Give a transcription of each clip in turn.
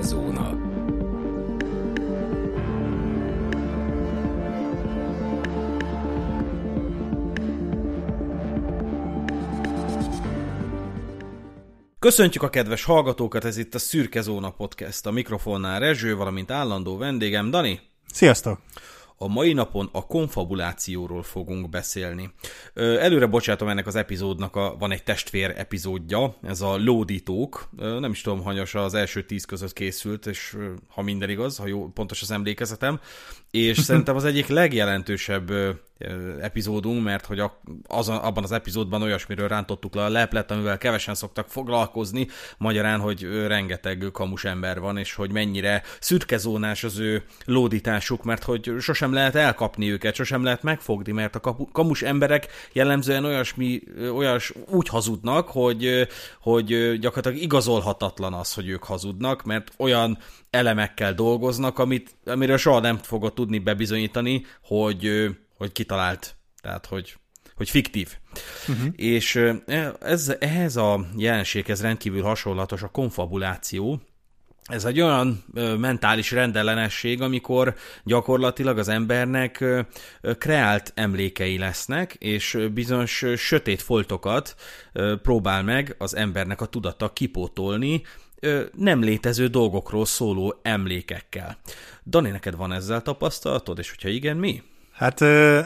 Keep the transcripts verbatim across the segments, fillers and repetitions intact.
Szürkezóna. Köszöntjük a kedves hallgatókat, ez itt a Szürkezóna podcast. A mikrofonnál Rezső, valamint állandó vendégem Dani. Sziasztok! A mai napon a konfabulációról fogunk beszélni. Előre bocsátom, ennek az epizódnak a, van egy testvér epizódja, ez a Lódítók. Nem is tudom, hanyas az első tíz között készült, és ha minden igaz, ha jó, pontos az emlékezetem. És szerintem az egyik legjelentősebb epizódunk, mert hogy az, abban az epizódban olyasmiről rántottuk le a leplet, amivel kevesen szoktak foglalkozni, magyarán, hogy rengeteg kamus ember van, és hogy mennyire szürkezónás az ő lódításuk, mert hogy sosem lehet elkapni őket, sosem lehet megfogni, mert a kamus emberek jellemzően olyasmi, olyas úgy hazudnak, hogy, hogy gyakorlatilag igazolhatatlan az, hogy ők hazudnak, mert olyan elemekkel dolgoznak, amit, amiről soha nem fogod tudni bebizonyítani, hogy hogy kitalált, tehát hogy, hogy fiktív. Uh-huh. És ez, ehhez a jelenséghez rendkívül hasonlatos a konfabuláció. Ez egy olyan mentális rendellenesség, amikor gyakorlatilag az embernek kreált emlékei lesznek, és bizonyos sötét foltokat próbál meg az embernek a tudata kipótolni nem létező dolgokról szóló emlékekkel. Dani, neked van ezzel tapasztalatod, és hogyha igen, mi? Hát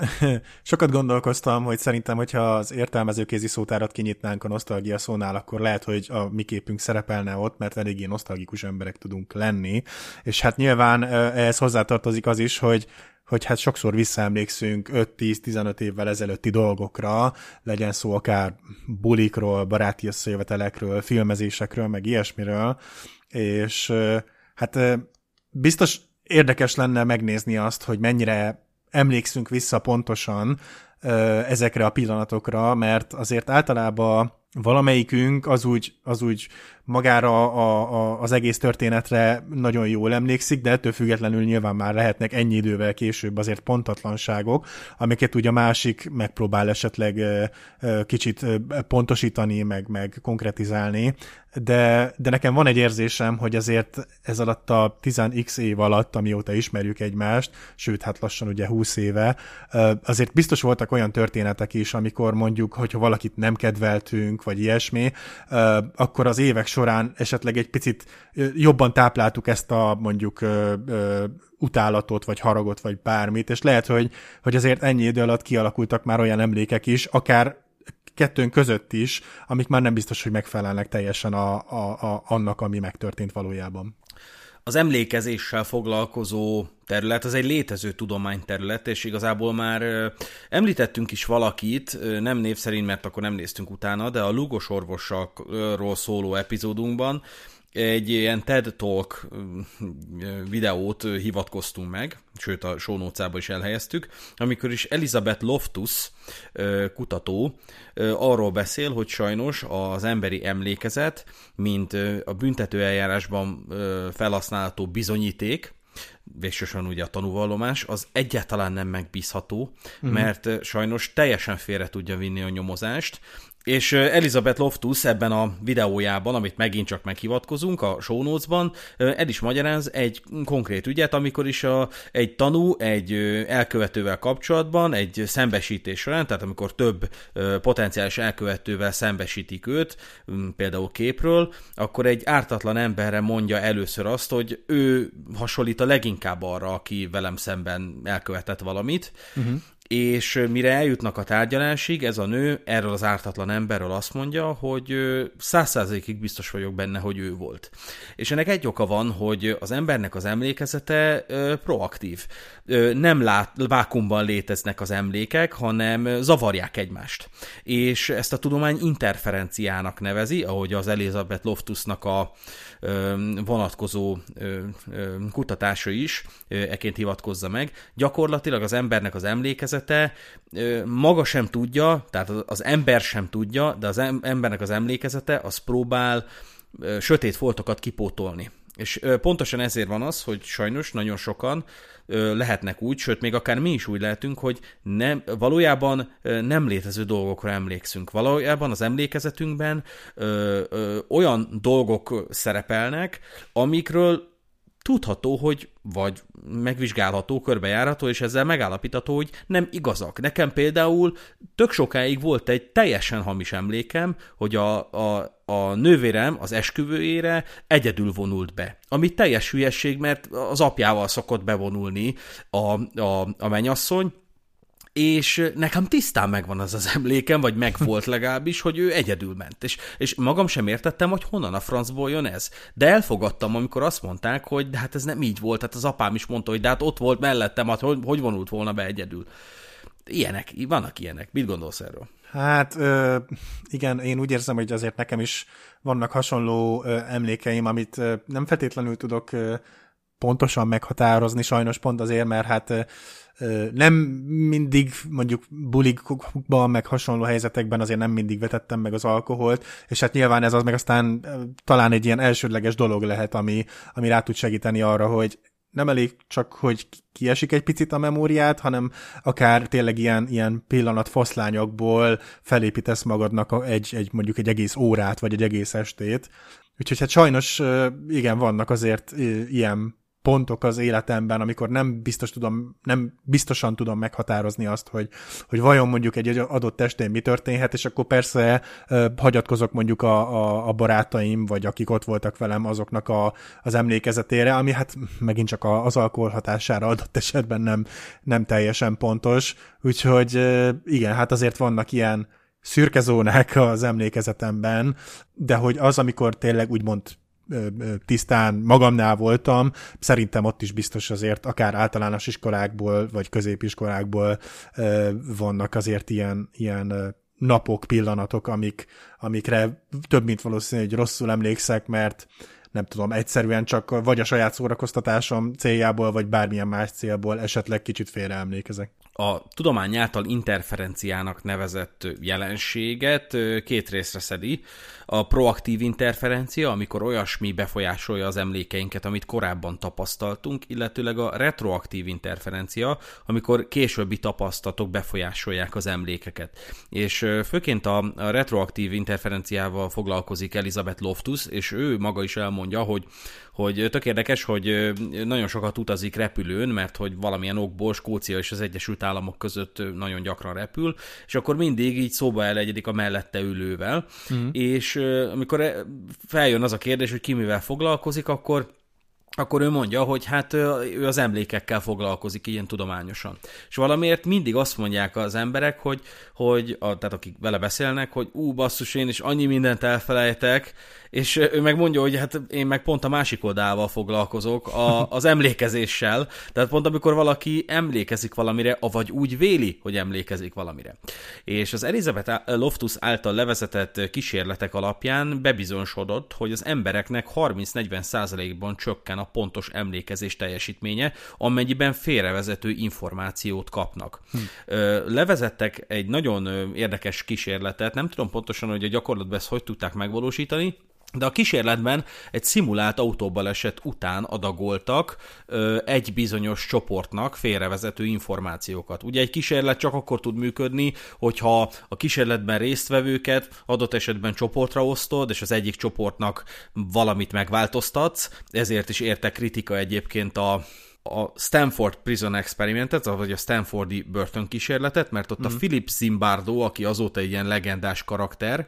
sokat gondolkoztam, hogy szerintem, hogyha az értelmezőkézi szótárat kinyitnánk a nosztalgia szónál, akkor lehet, hogy a mi képünk szerepelne ott, mert eléggé nosztalgikus emberek tudunk lenni. És hát nyilván ehhez hozzátartozik az is, hogy hogy hát sokszor visszaemlékszünk öt-tíz-tizenöt évvel ezelőtti dolgokra, legyen szó akár bulikról, baráti összejövetelekről, filmezésekről, meg ilyesmiről, és hát biztos érdekes lenne megnézni azt, hogy mennyire emlékszünk vissza pontosan ezekre a pillanatokra, mert azért általában valamelyikünk az úgy, az úgy magára a, a, az egész történetre nagyon jól emlékszik, de ettől függetlenül nyilván már lehetnek ennyi idővel később azért pontatlanságok, amiket ugye a másik megpróbál esetleg kicsit pontosítani, meg, meg konkretizálni, de, de nekem van egy érzésem, hogy azért ez alatt a tíz x év alatt, amióta ismerjük egymást, sőt, hát lassan ugye húsz éve, azért biztos voltak olyan történetek is, amikor mondjuk, hogyha valakit nem kedveltünk, vagy ilyesmi, akkor az évek során esetleg egy picit jobban tápláltuk ezt a mondjuk utálatot, vagy haragot, vagy bármit, és lehet, hogy, hogy azért ennyi idő alatt kialakultak már olyan emlékek is, akár kettőnk között is, amik már nem biztos, hogy megfelelnek teljesen a, a, a, annak, ami megtörtént valójában. Az emlékezéssel foglalkozó terület, az egy létező tudományterület, és igazából már említettünk is valakit, nem név szerint, mert akkor nem néztünk utána, de a Lúgos orvosokról szóló epizódunkban egy ilyen TED Talk videót hivatkoztunk meg, sőt a show notes-ába is elhelyeztük, amikor is Elizabeth Loftus kutató arról beszél, hogy sajnos az emberi emlékezet, mint a büntetőeljárásban felhasználható bizonyíték, végsősorban ugye a tanúvallomás, az egyáltalán nem megbízható, uh-huh. mert sajnos teljesen félre tudja vinni a nyomozást, és Elizabeth Loftus ebben a videójában, amit megint csak meghivatkozunk a show notes-ban, el is magyaráz egy konkrét ügyet, amikor is a, egy tanú egy elkövetővel kapcsolatban, egy szembesítés során, tehát amikor több potenciális elkövetővel szembesítik őt, például képről, akkor egy ártatlan emberre mondja először azt, hogy ő hasonlít a leginkább arra, aki velem szemben elkövetett valamit, uh-huh. és mire eljutnak a tárgyalásig, ez a nő erről az ártatlan emberről azt mondja, hogy száz százalékig biztos vagyok benne, hogy ő volt. És ennek egy oka van, hogy az embernek az emlékezete proaktív. Nem lát, vákumban léteznek az emlékek, hanem zavarják egymást. És ezt a tudomány interferenciának nevezi, ahogy az Elizabeth Loftusnak a vonatkozó kutatása is eként hivatkozza meg. Gyakorlatilag az embernek az emlékezete maga sem tudja, tehát az ember sem tudja, de az embernek az emlékezete az próbál sötét foltokat kipótolni. És pontosan ezért van az, hogy sajnos nagyon sokan lehetnek úgy, sőt, még akár mi is úgy lehetünk, hogy nem, valójában nem létező dolgokra emlékszünk. Valójában az emlékezetünkben ö, ö, olyan dolgok szerepelnek, amikről tudható, hogy vagy megvizsgálható, körbejárható, és ezzel megállapítható, hogy nem igazak. Nekem például tök sokáig volt egy teljesen hamis emlékem, hogy a, a, a nővérem az esküvőjére egyedül vonult be. Ami teljes hülyesség, mert az apjával szokott bevonulni a, a, a mennyasszony, és nekem tisztán megvan az az emlékem, vagy megvolt legalábbis, hogy ő egyedül ment. És, és magam sem értettem, hogy honnan a francból jön ez. De elfogadtam, amikor azt mondták, hogy de hát ez nem így volt, hát az apám is mondta, hogy de hát ott volt mellettem, hát hogy, hogy vonult volna be egyedül. Ilyenek, vannak ilyenek. Mit gondolsz erről? Hát ö, igen, én úgy érzem, hogy azért nekem is vannak hasonló ö, emlékeim, amit ö, nem feltétlenül tudok ö, pontosan meghatározni, sajnos pont azért, mert hát ö, nem mindig mondjuk bulikban, meg hasonló helyzetekben azért nem mindig vetettem meg az alkoholt, és hát nyilván ez az meg aztán talán egy ilyen elsődleges dolog lehet, ami, ami rá tud segíteni arra, hogy nem elég csak, hogy kiesik egy picit a memóriát, hanem akár tényleg ilyen, ilyen pillanat foszlányokból felépítesz magadnak egy, egy, mondjuk egy egész órát, vagy egy egész estét. Úgyhogy hát sajnos igen, vannak azért ilyen pontok az életemben, amikor nem biztos tudom, nem biztosan tudom meghatározni azt, hogy, hogy vajon mondjuk egy adott estén mi történhet, és akkor persze uh, hagyatkozok mondjuk a, a, a barátaim, vagy akik ott voltak velem, azoknak a, az emlékezetére, ami hát megint csak a, az alkohol hatására adott esetben nem, nem teljesen pontos. Úgyhogy uh, igen, hát azért vannak ilyen szürke zónák az emlékezetemben, de hogy az, amikor tényleg úgymond tisztán magamnál voltam, szerintem ott is biztos azért akár általános iskolákból, vagy középiskolákból vannak azért ilyen, ilyen napok, pillanatok, amik, amikre több mint valószínű, hogy rosszul emlékszek, mert nem tudom, egyszerűen csak vagy a saját szórakoztatásom céljából, vagy bármilyen más célból esetleg kicsit félre emlékezek. A tudomány által interferenciának nevezett jelenséget két részre szedi. A proaktív interferencia, amikor olyasmi befolyásolja az emlékeinket, amit korábban tapasztaltunk, illetőleg a retroaktív interferencia, amikor későbbi tapasztalatok befolyásolják az emlékeket. És főként a retroaktív interferenciával foglalkozik Elizabeth Loftus, és ő maga is elmondja, hogy hogy tök érdekes, hogy nagyon sokat utazik repülőn, mert hogy valamilyen okból Skócia és az Egyesült Államok között nagyon gyakran repül, és akkor mindig így szóba elegyedik a mellette ülővel, mm. és amikor feljön az a kérdés, hogy ki mivel foglalkozik, akkor akkor ő mondja, hogy hát ő az emlékekkel foglalkozik ilyen tudományosan. És valamiért mindig azt mondják az emberek, hogy, hogy a, tehát akik vele beszélnek, hogy ú, basszus, én is annyi mindent elfelejtek, és ő meg mondja, hogy hát én meg pont a másik oldalával foglalkozok, a, az emlékezéssel. Tehát pont amikor valaki emlékezik valamire, avagy úgy véli, hogy emlékezik valamire. És az Elizabeth Loftus által levezetett kísérletek alapján bebizonyosodott, hogy az embereknek harminc-negyven százalékban csökken a pontos emlékezés teljesítménye, amennyiben félrevezető információt kapnak. Hm. Levezettek egy nagyon érdekes kísérletet, nem tudom pontosan, hogy a gyakorlatban ezt hogy tudták megvalósítani, de a kísérletben egy szimulált autóbaleset után adagoltak ö, egy bizonyos csoportnak félrevezető információkat. Ugye egy kísérlet csak akkor tud működni, hogyha a kísérletben résztvevőket adott esetben csoportra osztod, és az egyik csoportnak valamit megváltoztatsz, ezért is érte kritika egyébként a a Stanford Prison Experimentet, vagy a Stanfordi börtönkísérletet, mert ott mm. a Philip Zimbardo, aki azóta egy ilyen legendás karakter,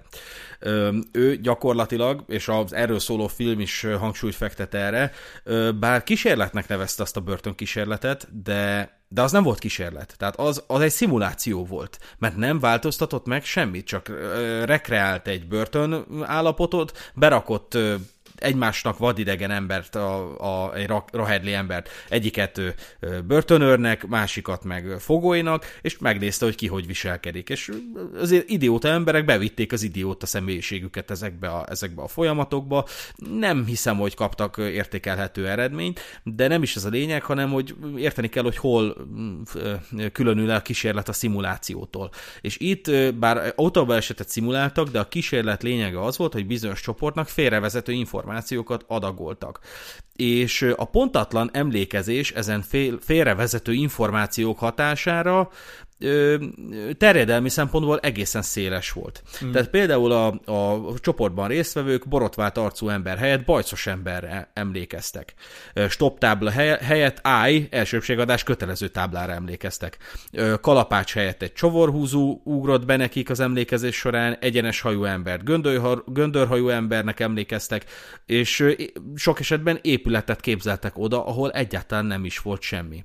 ő gyakorlatilag, és az erről szóló film is hangsúlyt fektet erre, bár kísérletnek nevezte azt a börtönkísérletet, de de az nem volt kísérlet. Tehát az, az egy szimuláció volt, mert nem változtatott meg semmit, csak rekreált egy börtön állapotot, berakott egymásnak vadidegen embert, a, a, egy rahedli embert, egyiket börtönőrnek, másikat meg fogolynak, és megnézte, hogy ki hogy viselkedik. És azért idióta emberek bevitték az idióta személyiségüket ezekbe a, ezekbe a folyamatokba. Nem hiszem, hogy kaptak értékelhető eredményt, de nem is ez a lényeg, hanem hogy érteni kell, hogy hol különül el a kísérlet a szimulációtól. És itt, bár autóbalesetet szimuláltak, de a kísérlet lényege az volt, hogy bizonyos csoportnak félrevezető információkat adagoltak. És a pontatlan emlékezés ezen fél, félrevezető információk hatására terjedelmi szempontból egészen széles volt. Mm. Tehát például a, a csoportban résztvevők borotvált arcú ember helyett bajszos emberre emlékeztek. Stop tábla helyett állj, elsőbségadás kötelező táblára emlékeztek. Kalapács helyett egy csovorhúzó ugrott be nekik az emlékezés során, egyenes hajú embert göndörhajú embernek emlékeztek, és sok esetben épületet képzeltek oda, ahol egyáltalán nem is volt semmi.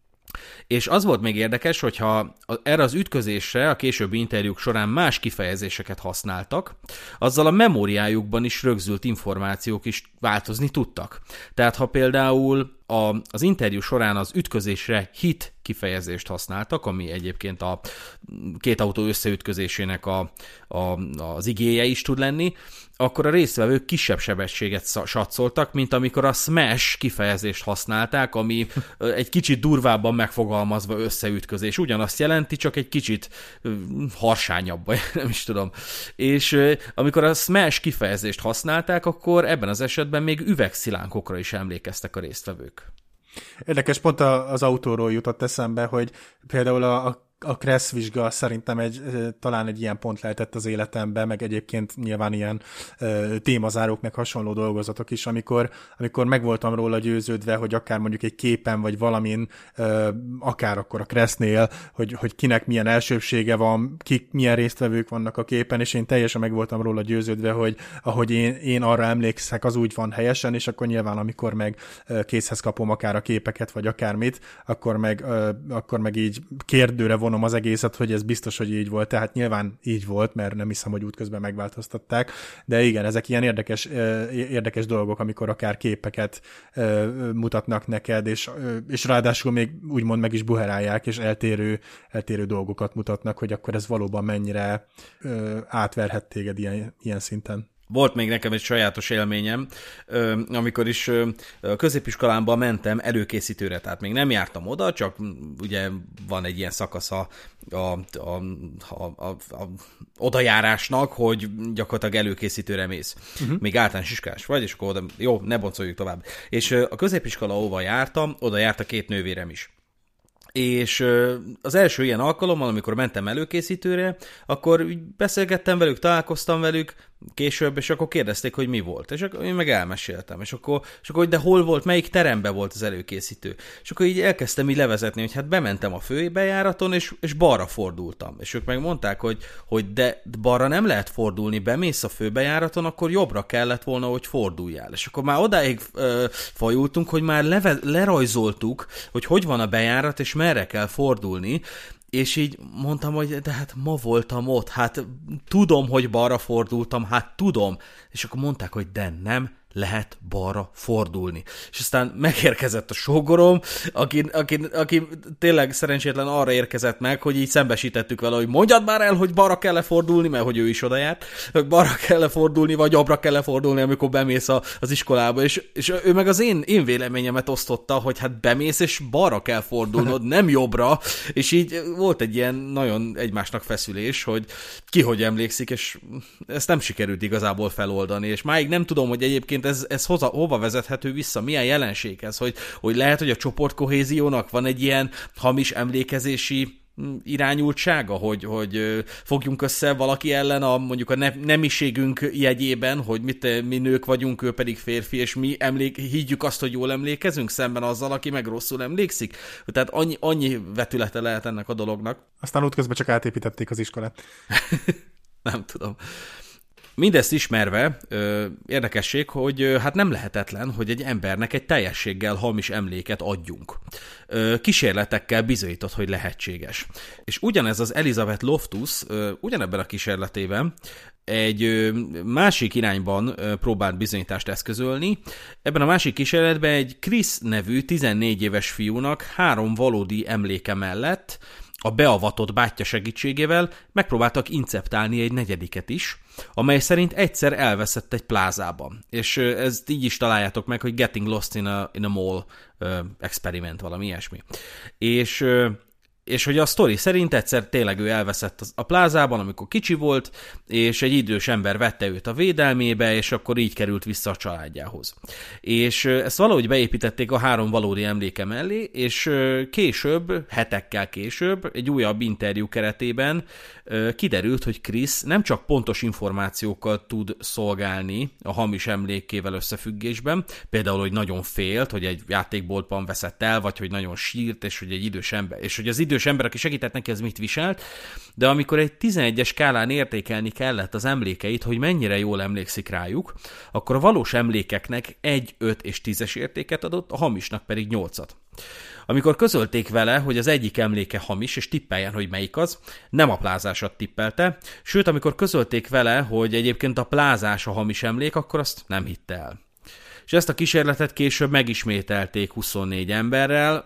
És az volt még érdekes, hogyha erre az ütközésre a későbbi interjúk során más kifejezéseket használtak, azzal a memóriájukban is rögzült információk is változni tudtak. Tehát ha például a, az interjú során az ütközésre hit kifejezést használtak, ami egyébként a két autó összeütközésének a, a, az igéje is tud lenni, akkor a résztvevők kisebb sebességet satszoltak, mint amikor a smash kifejezést használták, ami egy kicsit durvábban megfogalmazva összeütközés. Ugyanazt jelenti, csak egy kicsit harsányabb, vagy nem is tudom. És amikor a smash kifejezést használták, akkor ebben az esetben még üvegszilánkokra is emlékeztek a résztvevők. Érdekes, pont az autóról jutott eszembe, hogy például a, a A Kressz vizsga szerintem egy, talán egy ilyen pont lehetett az életemben, meg egyébként nyilván ilyen uh, témazárók, meg hasonló dolgozatok is, amikor, amikor meg voltam róla győződve, hogy akár mondjuk egy képen, vagy valamin, uh, akár akkor a Kressznél, hogy, hogy kinek milyen elsőbsége van, kik milyen résztvevők vannak a képen, és én teljesen meg voltam róla győződve, hogy ahogy én, én arra emlékszek, az úgy van helyesen, és akkor nyilván, amikor meg uh, készhez kapom akár a képeket, vagy akármit, akkor meg, uh, akkor meg így kérdőre vonom az egészet, hogy ez biztos, hogy így volt. Tehát nyilván így volt, mert nem hiszem, hogy útközben megváltoztatták. De igen, ezek ilyen érdekes, érdekes dolgok, amikor akár képeket mutatnak neked, és, és ráadásul még úgymond meg is buherálják, és eltérő, eltérő dolgokat mutatnak, hogy akkor ez valóban mennyire átverhet téged ilyen, ilyen szinten. Volt még nekem egy sajátos élményem, amikor is középiskolámban mentem előkészítőre, tehát még nem jártam oda, csak ugye van egy ilyen szakasz a, a, a, a, a odajárásnak, hogy gyakorlatilag előkészítőre mész. Uh-huh. Még általános iskolás vagy, és akkor oda, jó, ne boncoljuk tovább. És a középiskola, ahova jártam, oda járt a két nővérem is. És az első ilyen alkalommal, amikor mentem előkészítőre, akkor beszélgettem velük, találkoztam velük később, és akkor kérdezték, hogy mi volt. És akkor én meg elmeséltem. És akkor, és akkor de hol volt, melyik teremben volt az előkészítő. És akkor így elkezdtem így levezetni, hogy hát bementem a főbejáraton, és, és balra fordultam. És ők meg mondták, hogy, hogy de balra nem lehet fordulni, bemész a főbejáraton, akkor jobbra kellett volna, hogy forduljál. És akkor már odáig ö, fajultunk, hogy már leve, lerajzoltuk, hogy hogy van a bejárat, és merre kell fordulni, és így mondtam, hogy de hát ma voltam ott, hát tudom, hogy balra fordultam, hát tudom. És akkor mondták, hogy de nem lehet balra fordulni. És aztán megérkezett a sógorom, aki, aki, aki tényleg szerencsétlen arra érkezett meg, hogy így szembesítettük vele, hogy mondjad már el, hogy balra kell-e fordulni, mert hogy ő is oda járt, hogy balra kell-e fordulni, vagy jobbra kell-e fordulni, amikor bemész a, az iskolába, és, és ő meg az én, én véleményemet osztotta, hogy hát bemész, és balra kell fordulnod, nem jobbra, és így volt egy ilyen nagyon egymásnak feszülés, hogy ki hogy emlékszik, és ezt nem sikerült igazából feloldani, és máig nem tudom, hogy egyébként ez, ez hoza, hova vezethető vissza, milyen jelenség ez, hogy, hogy lehet, hogy a csoportkohéziónak van egy ilyen hamis emlékezési irányultsága, hogy, hogy fogjunk össze valaki ellen a, mondjuk a ne, nemiségünk jegyében, hogy mit, mi nők vagyunk, ő pedig férfi, és mi emlék, higgyük azt, hogy jól emlékezünk szemben azzal, aki meg rosszul emlékszik. Tehát annyi, annyi vetülete lehet ennek a dolognak. Aztán útközben csak átépítették az iskolát. Nem tudom. Mindezt ismerve ö, érdekesség, hogy ö, hát nem lehetetlen, hogy egy embernek egy teljességgel hamis emléket adjunk. Ö, kísérletekkel bizonyított, hogy lehetséges. És ugyanez az Elizabeth Loftus ö, ugyanebben a kísérletében egy ö, másik irányban ö, próbált bizonyítást eszközölni. Ebben a másik kísérletben egy Chris nevű tizennégy éves fiúnak három valódi emléke mellett a beavatott bátyja segítségével megpróbáltak inceptálni egy negyediket is, amely szerint egyszer elveszett egy plázában. És ezt így is találjátok meg, hogy Getting Lost in a, in a Mall uh, experiment, valami ilyesmi. És, uh, és hogy a sztori szerint egyszer tényleg ő elveszett a plázában, amikor kicsi volt, és egy idős ember vette őt a védelmébe, és akkor így került vissza a családjához. És ezt valahogy beépítették a három valódi emléke mellé, és később, hetekkel később, egy újabb interjú keretében kiderült, hogy Chris nem csak pontos információkkal tud szolgálni a hamis emlékével összefüggésben, például, hogy nagyon félt, hogy egy játékboltban veszett el, vagy hogy nagyon sírt, és hogy egy idős ember, és hogy az idős ember, aki segített neki, az mit viselt, de amikor egy tizenegyes skálán értékelni kellett az emlékeit, hogy mennyire jól emlékszik rájuk, akkor a valós emlékeknek egy, öt és tízes értéket adott, a hamisnak pedig nyolcat. Amikor közölték vele, hogy az egyik emléke hamis, és tippeljen, hogy melyik az, nem a plázásat tippelte, sőt, amikor közölték vele, hogy egyébként a plázás a hamis emlék, akkor azt nem hitte el. És ezt a kísérletet később megismételték huszonnégy emberrel,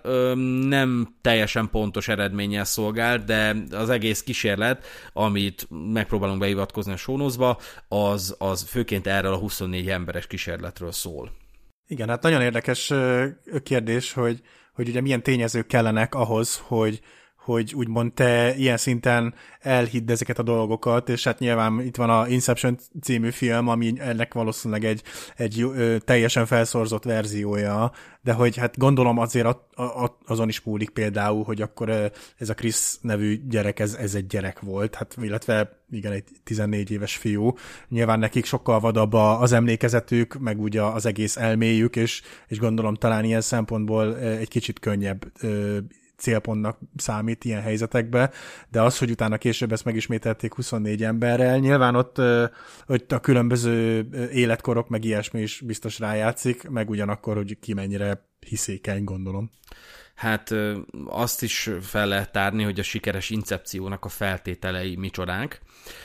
nem teljesen pontos eredménnyel szolgált, de az egész kísérlet, amit megpróbálunk behivatkozni a show notes-ba, az, az főként erről a huszonnégy emberes kísérletről szól. Igen, hát nagyon érdekes kérdés, hogy, hogy ugye milyen tényezők kellenek ahhoz, hogy hogy úgymond te ilyen szinten elhidd ezeket a dolgokat, és hát nyilván itt van a Inception című film, ami ennek valószínűleg egy, egy ö, teljesen felszorzott verziója, de hogy hát gondolom azért a, a, azon is múlik például, hogy akkor ez a Chris nevű gyerek, ez, ez egy gyerek volt, hát illetve igen, egy tizennégy éves fiú. Nyilván nekik sokkal vadabb az emlékezetük, meg ugye az egész elméjük, és, és gondolom talán ilyen szempontból egy kicsit könnyebb ö, célpontnak számít ilyen helyzetekbe, de az, hogy utána később ezt megismételték huszonnégy emberrel, nyilván ott, ott a különböző életkorok meg ilyesmi is biztos rájátszik, meg ugyanakkor, hogy ki mennyire hiszékeny, gondolom. Hát azt is fel lehet tárni, hogy a sikeres incepciónak a feltételei micsodánk,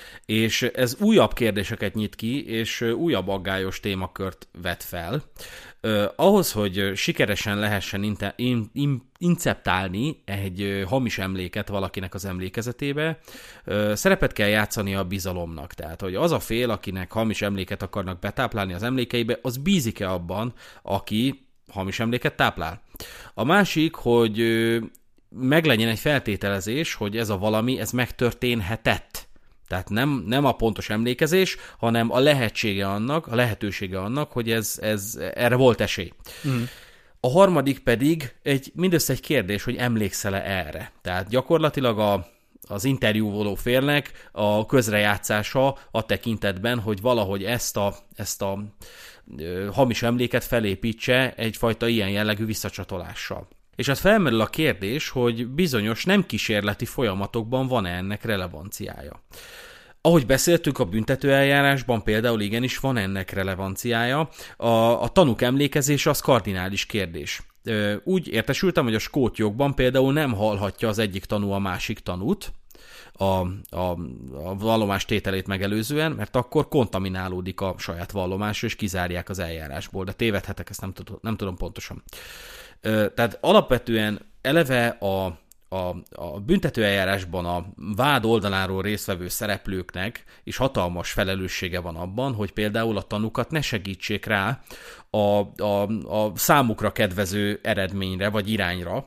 és ez újabb kérdéseket nyit ki, és újabb aggályos témakört vet fel. Uh, ahhoz, hogy sikeresen lehessen inte, in, in, inceptálni egy hamis emléket valakinek az emlékezetébe, uh, szerepet kell játszani a bizalomnak. Tehát, hogy az a fél, akinek hamis emléket akarnak betáplálni az emlékeibe, az bízik-e abban, aki hamis emléket táplál. A másik, hogy uh, meglegyen egy feltételezés, hogy ez a valami, ez megtörténhetett. Tehát nem, nem a pontos emlékezés, hanem a lehetsége annak, a lehetősége annak, hogy ez, ez, erre volt esély. Mm. A harmadik pedig egy, mindössze egy kérdés, hogy emlékszel-e erre. Tehát gyakorlatilag a, az interjúvoló félnek a közrejátszása a tekintetben, hogy valahogy ezt a, ezt a ö, hamis emléket felépítse egyfajta ilyen jellegű visszacsatolással. És hát felmerül a kérdés, hogy bizonyos nem kísérleti folyamatokban van-e ennek relevanciája. Ahogy beszéltünk a büntetőeljárásban, például igenis van ennek relevanciája, a, a tanúk emlékezése az kardinális kérdés. Úgy értesültem, hogy a skót jogban például nem hallhatja az egyik tanú a másik tanút, a, a, a vallomás tételét megelőzően, mert akkor kontaminálódik a saját vallomása, és kizárják az eljárásból, de tévedhetek, ezt nem, tud, nem tudom pontosan. Tehát alapvetően eleve a, a, a büntetőeljárásban a vád oldaláról résztvevő szereplőknek is hatalmas felelőssége van abban, hogy például a tanúkat ne segítsék rá a, a, a számukra kedvező eredményre vagy irányra,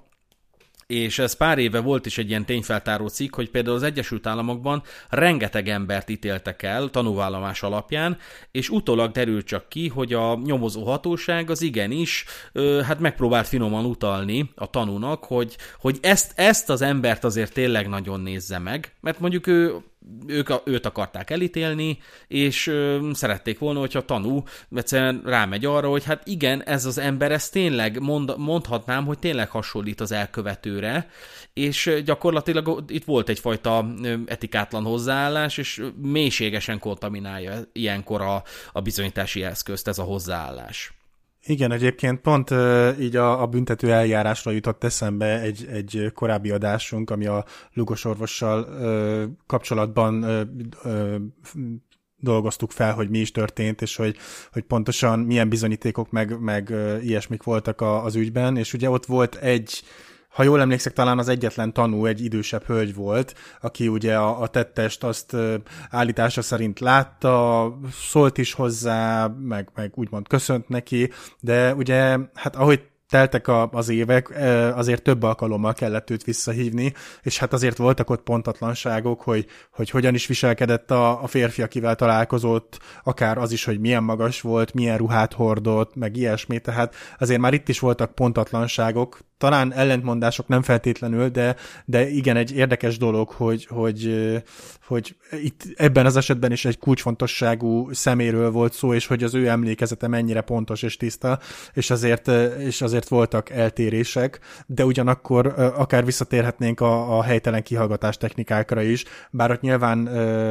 és ez pár éve volt is egy ilyen tényfeltáró cikk, hogy például az Egyesült Államokban rengeteg embert ítéltek el tanúvallomás alapján, és utólag derült csak ki, hogy a nyomozó hatóság az igenis hát megpróbált finoman utalni a tanúnak, hogy, hogy ezt, ezt az embert azért tényleg nagyon nézze meg, mert mondjuk ő ők a, őt akarták elítélni, és ö, szerették volna, hogyha a tanú egyszerűen rámegy arra, hogy hát igen, ez az ember, ez tényleg mond, mondhatnám, hogy tényleg hasonlít az elkövetőre, és gyakorlatilag itt volt egyfajta etikátlan hozzáállás, és mélységesen kontaminálja ilyenkor a, a bizonyítási eszközt ez a hozzáállás. Igen, egyébként pont uh, így a, a büntető eljárásra jutott eszembe egy, egy korábbi adásunk, ami a Lugos orvossal uh, kapcsolatban uh, uh, dolgoztuk fel, hogy mi is történt, és hogy, hogy pontosan milyen bizonyítékok meg, meg uh, ilyesmik voltak a, az ügyben, és ugye ott volt egy, ha jól emlékszek, talán az egyetlen tanú egy idősebb hölgy volt, aki ugye a, a tettest azt uh, állítása szerint látta, szólt is hozzá, meg, meg úgymond köszönt neki, de ugye, hát ahogy teltek a, az évek, azért több alkalommal kellett őt visszahívni, és hát azért voltak ott pontatlanságok, hogy, hogy hogyan is viselkedett a, a férfi, akivel találkozott, akár az is, hogy milyen magas volt, milyen ruhát hordott, meg ilyesmi, tehát azért már itt is voltak pontatlanságok, talán ellentmondások nem feltétlenül, de, de igen, egy érdekes dolog, hogy, hogy, hogy itt ebben az esetben is egy kulcsfontosságú szeméről volt szó, és hogy az ő emlékezete mennyire pontos és tiszta, és azért, és azért voltak eltérések, de ugyanakkor akár visszatérhetnénk a, a helytelen kihallgatás technikákra is, bár ott nyilván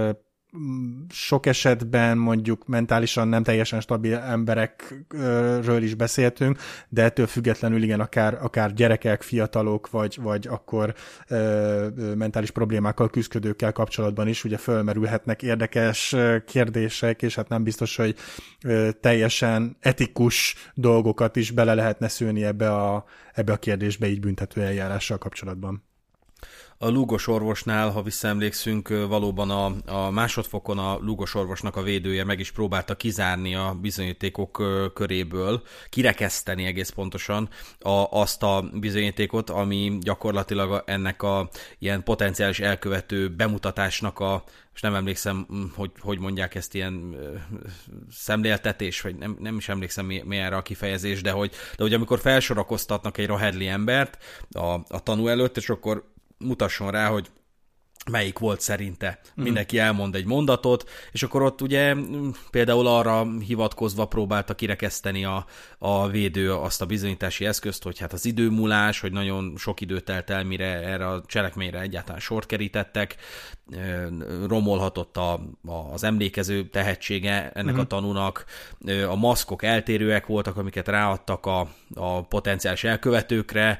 sok esetben mondjuk mentálisan nem teljesen stabil emberekről is beszéltünk, de ettől függetlenül igen, akár, akár gyerekek, fiatalok, vagy, vagy akkor ö, mentális problémákkal küzdködőkkel kapcsolatban is ugye fölmerülhetnek érdekes kérdések, és hát nem biztos, hogy ö, teljesen etikus dolgokat is bele lehetne szőni ebbe a, ebbe a kérdésbe így büntető eljárással kapcsolatban. A lúgos orvosnál, ha visszaemlékszünk, valóban a, a másodfokon a lúgos orvosnak a védője meg is próbálta kizárni a bizonyítékok köréből, kirekeszteni egész pontosan a, azt a bizonyítékot, ami gyakorlatilag ennek a ilyen potenciális elkövető bemutatásnak a, és nem emlékszem, hogy, hogy mondják ezt, ilyen szemléltetés, vagy nem, nem is emlékszem mi, mi erre a kifejezés, de hogy, de hogy amikor felsorakoztatnak egy Rahedli embert a, a tanú előtt, és akkor mutasson rá, hogy melyik volt szerinte. Mm. Mindenki elmond egy mondatot, és akkor ott ugye például arra hivatkozva próbálta kirekeszteni a, a védő azt a bizonyítási eszközt, hogy hát az időmúlás, hogy nagyon sok idő telt el, mire erre a cselekményre egyáltalán sort kerítettek, romolhatott a, a, az emlékező tehetsége ennek mm. a tanúnak, a maszkok eltérőek voltak, amiket ráadtak a, a potenciális elkövetőkre,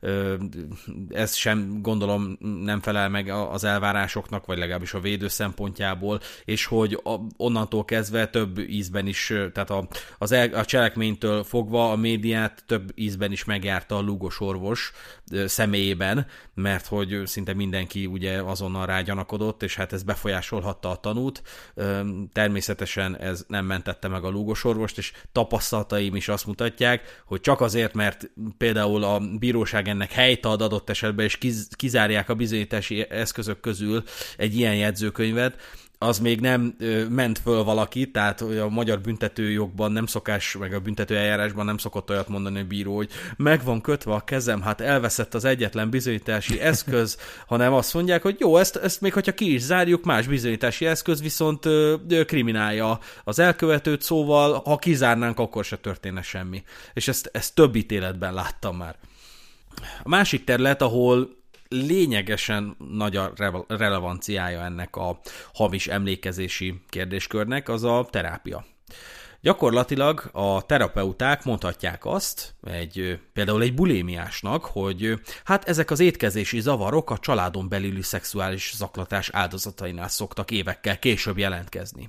ez sem gondolom nem felel meg az elvárásoknak, vagy legalábbis a védő szempontjából, és hogy a, onnantól kezdve több ízben is, tehát a, az el, a cselekménytől fogva a médiát több ízben is megjárta a lúgos orvos személyében, mert hogy szinte mindenki ugye azonnal rágyanakodott, és hát ez befolyásolhatta a tanút. Természetesen ez nem mentette meg a lúgos orvost, és tapasztalataim is azt mutatják, hogy csak azért, mert például a bíróság ennek helyt ad adott esetben, és kiz, kizárják a bizonyítási eszközök közül egy ilyen jegyzőkönyvet, az még nem ö, ment föl valaki, tehát a magyar büntetőjogban nem szokás, meg a büntetőeljárásban nem szokott olyat mondani a bíró, hogy meg van kötve a kezem, hát elveszett az egyetlen bizonyítási eszköz, hanem azt mondják, hogy jó, ezt, ezt még hogyha ki is zárjuk, más bizonyítási eszköz viszont ö, ö, kriminálja az elkövetőt, szóval ha kizárnánk, akkor se történne semmi. És ezt, ezt több ítéletben láttam már. A másik terület, ahol lényegesen nagy a relevanciája ennek a hamis emlékezési kérdéskörnek, az a terápia. Gyakorlatilag a terapeuták mondhatják azt, egy, például egy bulémiásnak, hogy hát ezek az étkezési zavarok a családon belüli szexuális zaklatás áldozatainál szoktak évekkel később jelentkezni.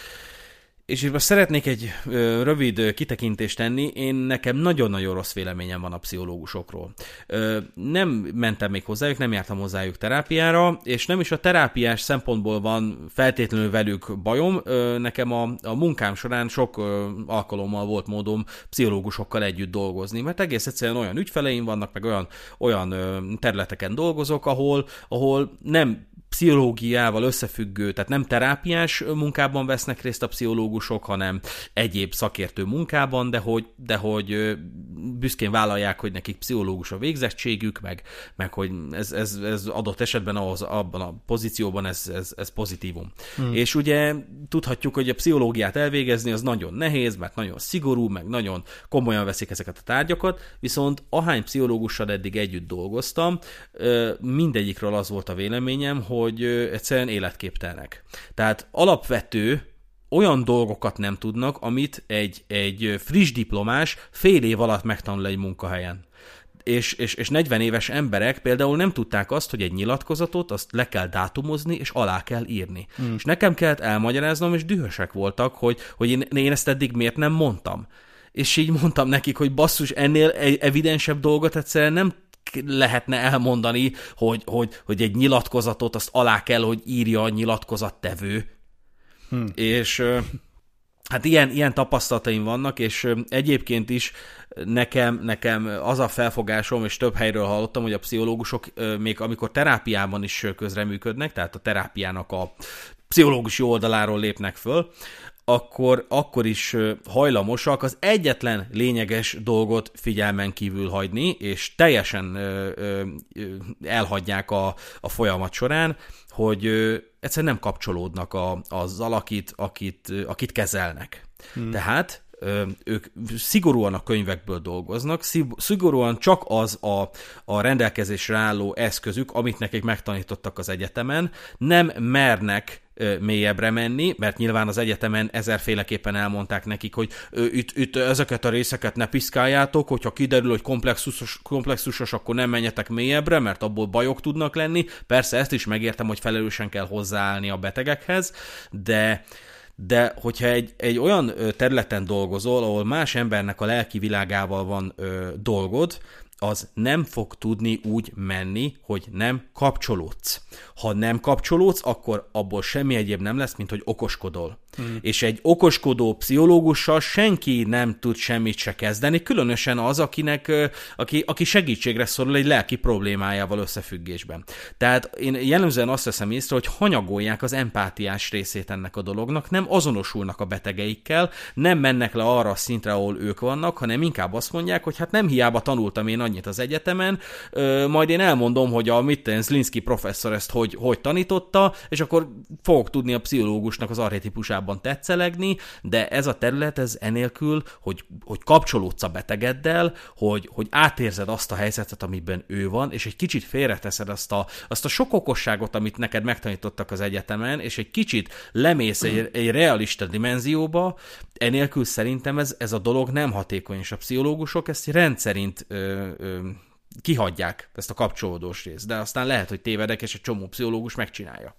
És itt most szeretnék egy ö, rövid kitekintést tenni, én nekem nagyon-nagyon rossz véleményem van a pszichológusokról. Ö, nem mentem még hozzájuk, nem jártam hozzájuk terápiára, és nem is a terápiás szempontból van feltétlenül velük bajom. Ö, nekem a, a munkám során sok ö, alkalommal volt módom pszichológusokkal együtt dolgozni, mert egész egyszerűen olyan ügyfeleim vannak, meg olyan, olyan ö, területeken dolgozok, ahol, ahol nem pszichológiával összefüggő, tehát nem terápiás munkában vesznek részt a pszichológusok, hanem egyéb szakértő munkában, de hogy, de hogy büszkén vállalják, hogy nekik pszichológus a végzettségük, meg, meg hogy ez, ez, ez adott esetben ahhoz, abban a pozícióban ez, ez, ez pozitívum. Hmm. És ugye tudhatjuk, hogy a pszichológiát elvégezni az nagyon nehéz, mert nagyon szigorú, meg nagyon komolyan veszik ezeket a tárgyakat, viszont ahány pszichológussal eddig együtt dolgoztam, mindegyikről az volt a véleményem, hogy hogy egyszerűen életképtelnek. Tehát alapvető olyan dolgokat nem tudnak, amit egy, egy friss diplomás fél év alatt megtanul egy munkahelyen. És, és, és negyven éves emberek például nem tudták azt, hogy egy nyilatkozatot, azt le kell dátumozni, és alá kell írni. Hmm. És nekem kellett elmagyaráznom, és dühösek voltak, hogy, hogy én, én ezt eddig miért nem mondtam. És így mondtam nekik, hogy basszus, ennél evidensebb dolgot egyszerűen nem lehetne elmondani, hogy, hogy, hogy egy nyilatkozatot azt alá kell, hogy írja a nyilatkozattevő. Hmm. És Hát ilyen, ilyen tapasztalataim vannak, és egyébként is nekem, nekem az a felfogásom, és több helyről hallottam, hogy a pszichológusok még amikor terápiában is közreműködnek, tehát a terápiának a pszichológusi oldaláról lépnek föl, akkor, akkor is hajlamosak az egyetlen lényeges dolgot figyelmen kívül hagyni, és teljesen ö, ö, elhagyják a, a folyamat során, hogy ö, egyszerűen nem kapcsolódnak a, azzal, akit, akit, akit kezelnek. Hmm. Tehát ö, ők szigorúan a könyvekből dolgoznak, szigorúan csak az a, a rendelkezésre álló eszközük, amit nekik megtanítottak az egyetemen, nem mernek mélyebbre menni, mert nyilván az egyetemen ezerféleképpen elmondták nekik, hogy itt, itt ezeket a részeket ne piszkáljátok, hogyha kiderül, hogy komplexusos, komplexusos, akkor nem menjetek mélyebbre, mert abból bajok tudnak lenni. Persze ezt is megértem, hogy felelősen kell hozzáállni a betegekhez, de de hogyha egy, egy olyan területen dolgozol, ahol más embernek a lelki világával van ö, dolgod, az nem fog tudni úgy menni, hogy nem kapcsolódsz. Ha nem kapcsolódsz, akkor abból semmi egyéb nem lesz, mint hogy okoskodol. Mm. És egy okoskodó pszichológussal senki nem tud semmit se kezdeni, különösen az, akinek, aki, aki segítségre szorul egy lelki problémájával összefüggésben. Tehát én jellemzően azt veszem észre, hogy hanyagolják az empátiás részét ennek a dolognak, nem azonosulnak a betegeikkel, nem mennek le arra a szintre, ahol ők vannak, hanem inkább azt mondják, hogy hát nem hiába tanultam én annyit az egyetemen, majd én elmondom, hogy a Mitten Zlinski professzor ezt hogy, hogy tanította, és akkor fogok tudni a pszichológusnak az archetipusában tetszelegni, de ez a terület, ez enélkül, hogy, hogy kapcsolódsz a betegeddel, hogy, hogy átérzed azt a helyzetet, amiben ő van, és egy kicsit félreteszed azt a, azt a sok okosságot, amit neked megtanítottak az egyetemen, és egy kicsit lemész egy, egy realista dimenzióba, enélkül szerintem ez, ez a dolog nem hatékony, és a pszichológusok ezt rendszerint ö, ö, kihagyják, ezt a kapcsolódós részt, de aztán lehet, hogy tévedek, és egy csomó pszichológus megcsinálja.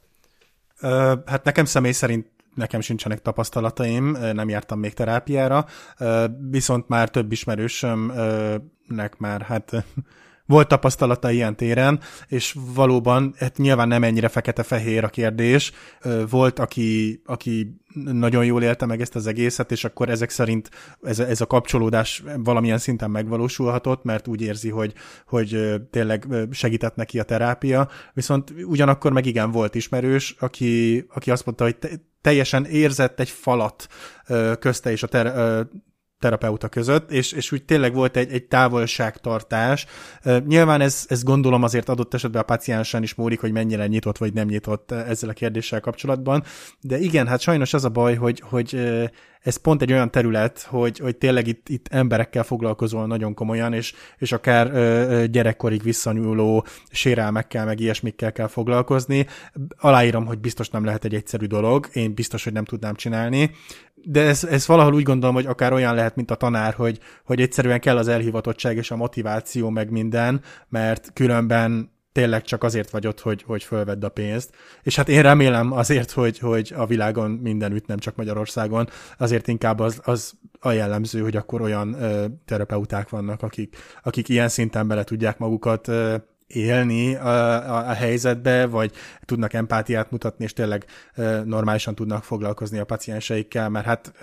Ö, hát nekem személy szerint nekem sincsenek tapasztalataim, nem jártam még terápiára, viszont már több ismerősömnek már hát volt tapasztalata ilyen téren, és valóban hát nyilván nem ennyire fekete-fehér a kérdés. Volt, aki, aki nagyon jól élte meg ezt az egészet, és akkor ezek szerint ez, ez a kapcsolódás valamilyen szinten megvalósulhatott, mert úgy érzi, hogy, hogy tényleg segített neki a terápia. Viszont ugyanakkor meg igen volt ismerős, aki, aki azt mondta, hogy te, teljesen érzett egy falat közte és a ter, terapeuta között, és, és úgy tényleg volt egy, egy távolságtartás. Uh, nyilván ez, ez gondolom azért adott esetben a páciensen is múlik, hogy mennyire nyitott vagy nem nyitott ezzel a kérdéssel kapcsolatban, de igen, hát sajnos az a baj, hogy, hogy uh, ez pont egy olyan terület, hogy, hogy tényleg itt, itt emberekkel foglalkozol nagyon komolyan, és, és akár uh, gyerekkorig visszanyúló sérelmekkel, meg ilyesmikkel kell foglalkozni. Aláírom, hogy biztos nem lehet egy egyszerű dolog, én biztos, hogy nem tudnám csinálni, de ez, ez valahol úgy gondolom, hogy akár olyan lehet, mint a tanár, hogy, hogy egyszerűen kell az elhivatottság és a motiváció, meg minden, mert különben tényleg csak azért vagy ott, hogy, hogy fölvedd a pénzt. És hát én remélem azért, hogy, hogy a világon mindenütt, nem csak Magyarországon, azért inkább az, az a jellemző, hogy akkor olyan ö, terapeuták vannak, akik, akik ilyen szinten bele tudják magukat ö, élni a, a, a helyzetbe, vagy tudnak empátiát mutatni, és tényleg ö, normálisan tudnak foglalkozni a pacienseikkel, mert hát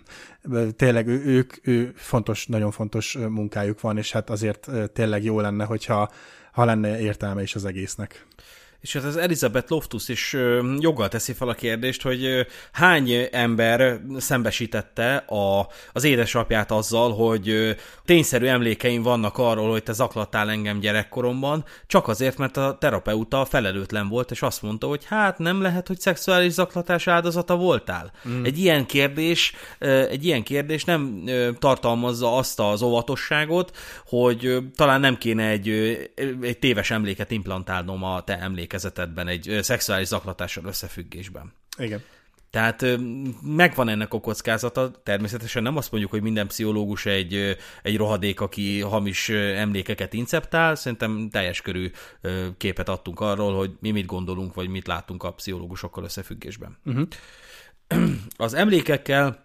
ö, tényleg ő, ők ő fontos, nagyon fontos munkájuk van, és hát azért ö, tényleg jó lenne, hogyha ha lenne értelme is az egésznek. És hát az Elizabeth Loftus is joggal teszi fel a kérdést, hogy hány ember szembesítette a, az édesapját azzal, hogy tényszerű emlékeim vannak arról, hogy te zaklattál engem gyerekkoromban, csak azért, mert a terapeuta felelőtlen volt, és azt mondta, hogy hát nem lehet, hogy szexuális zaklatás áldozata voltál. Mm. Egy ilyen kérdés, egy ilyen kérdés nem tartalmazza azt az óvatosságot, hogy talán nem kéne egy, egy téves emléket implantálnom a te emlékezetedben egy szexuális zaklatással összefüggésben. Igen. Tehát megvan ennek a kockázata, természetesen nem azt mondjuk, hogy minden pszichológus egy, egy rohadék, aki hamis emlékeket inceptál, szerintem teljes körű képet adtunk arról, hogy mi mit gondolunk, vagy mit látunk a pszichológusokkal összefüggésben. Uh-huh. Az emlékekkel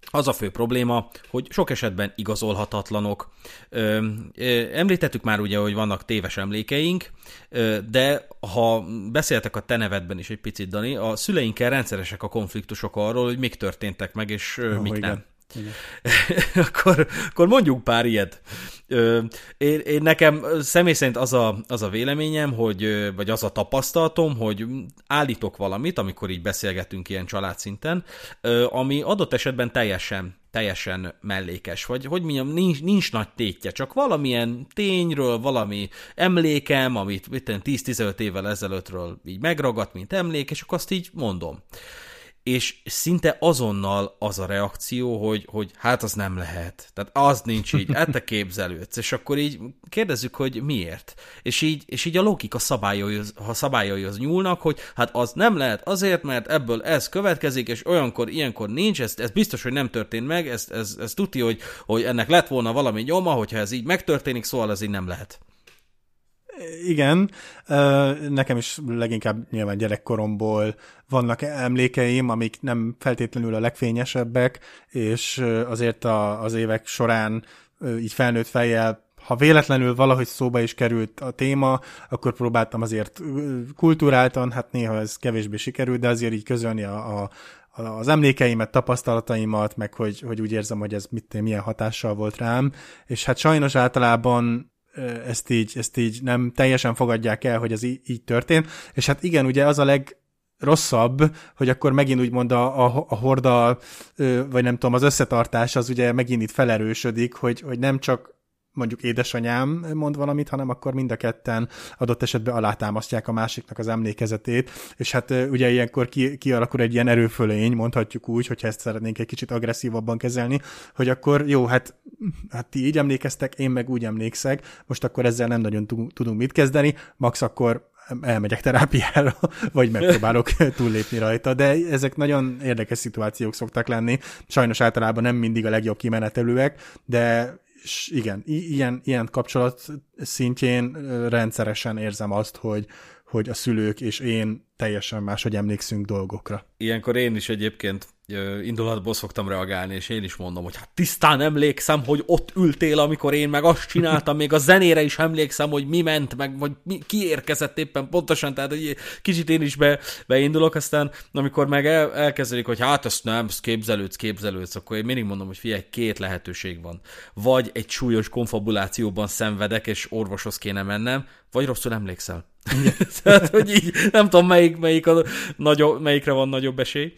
Az a fő probléma, hogy sok esetben igazolhatatlanok. Ö, ö, említettük már ugye, hogy vannak téves emlékeink, ö, de ha beszéltek a te nevedben is egy picit, Dani, a szüleinkkel rendszeresek a konfliktusok arról, hogy mik történtek meg, és ö, oh, mik igen. nem. akkor, akkor mondjuk pár ilyet. Én, én nekem személy szerint az a, az a véleményem, hogy, vagy az a tapasztalatom, hogy állítok valamit, amikor így beszélgetünk ilyen családszinten, ami adott esetben teljesen, teljesen mellékes, vagy hogy mondjam, nincs, nincs nagy tétje, csak valamilyen tényről, valami emlékem, amit tíz-tizenöt évvel ezelőttről így megragadt, mint emlék, és akkor azt így mondom. És szinte azonnal az a reakció, hogy, hogy hát az nem lehet. Tehát az nincs így, hát te képzelődsz. És akkor így kérdezzük, hogy miért. És így, és így a logika szabályaihoz, ha szabályaihoz nyúlnak, hogy hát az nem lehet azért, mert ebből ez következik, és olyankor, ilyenkor nincs, ez, ez biztos, hogy nem történt meg, ez, ez, ez tudja, hogy, hogy ennek lett volna valami nyoma, hogyha ez így megtörténik, szóval ez így nem lehet. Igen, nekem is leginkább nyilván gyerekkoromból vannak emlékeim, amik nem feltétlenül a legfényesebbek, és azért a, az évek során így felnőtt fejjel, ha véletlenül valahogy szóba is került a téma, akkor próbáltam azért kulturáltan, hát néha ez kevésbé sikerült, de azért így közölni a, a az emlékeimet, tapasztalataimat, meg hogy, hogy úgy érzem, hogy ez mit, milyen hatással volt rám, és hát sajnos általában ezt így, ezt így nem teljesen fogadják el, hogy ez így, így történt, és hát igen, ugye az a legrosszabb, hogy akkor megint úgymond a, a, a horda, vagy nem tudom, az összetartás az ugye megint itt felerősödik, hogy, hogy nem csak mondjuk édesanyám mond valamit, hanem akkor mind a ketten adott esetben alátámasztják a másiknak az emlékezetét, és hát ugye ilyenkor ki, kialakul egy ilyen erőfölény, mondhatjuk úgy, hogyha ezt szeretnénk egy kicsit agresszívabban kezelni, hogy akkor jó, hát, hát ti így emlékeztek, én meg úgy emlékszek, most akkor ezzel nem nagyon tudunk mit kezdeni, max akkor elmegyek terápiára, vagy megpróbálok túllépni rajta, de ezek nagyon érdekes szituációk szoktak lenni, sajnos általában nem mindig a legjobb kimenetelőek, de és igen, ilyen, ilyen kapcsolat szintjén rendszeresen érzem azt, hogy, hogy a szülők és én teljesen máshogy emlékszünk dolgokra. Ilyenkor én is egyébként indulatból szoktam reagálni, és én is mondom, hogy hát tisztán emlékszem, hogy ott ültél, amikor én meg azt csináltam, még a zenére is emlékszem, hogy mi ment, meg vagy mi, ki érkezett éppen pontosan, tehát hogy kicsit én is be, beindulok, aztán amikor meg el, elkezdődik, hogy hát ezt nem, ezt képzelődsz, képzelődsz, akkor én mindig mondom, hogy figyelj, két lehetőség van. Vagy egy súlyos konfabulációban szenvedek, és orvoshoz kéne mennem, vagy rosszul emlékszel. Tehát, hogy így nem tudom, melyik, melyik a nagyobb, melyikre van nagyobb esély.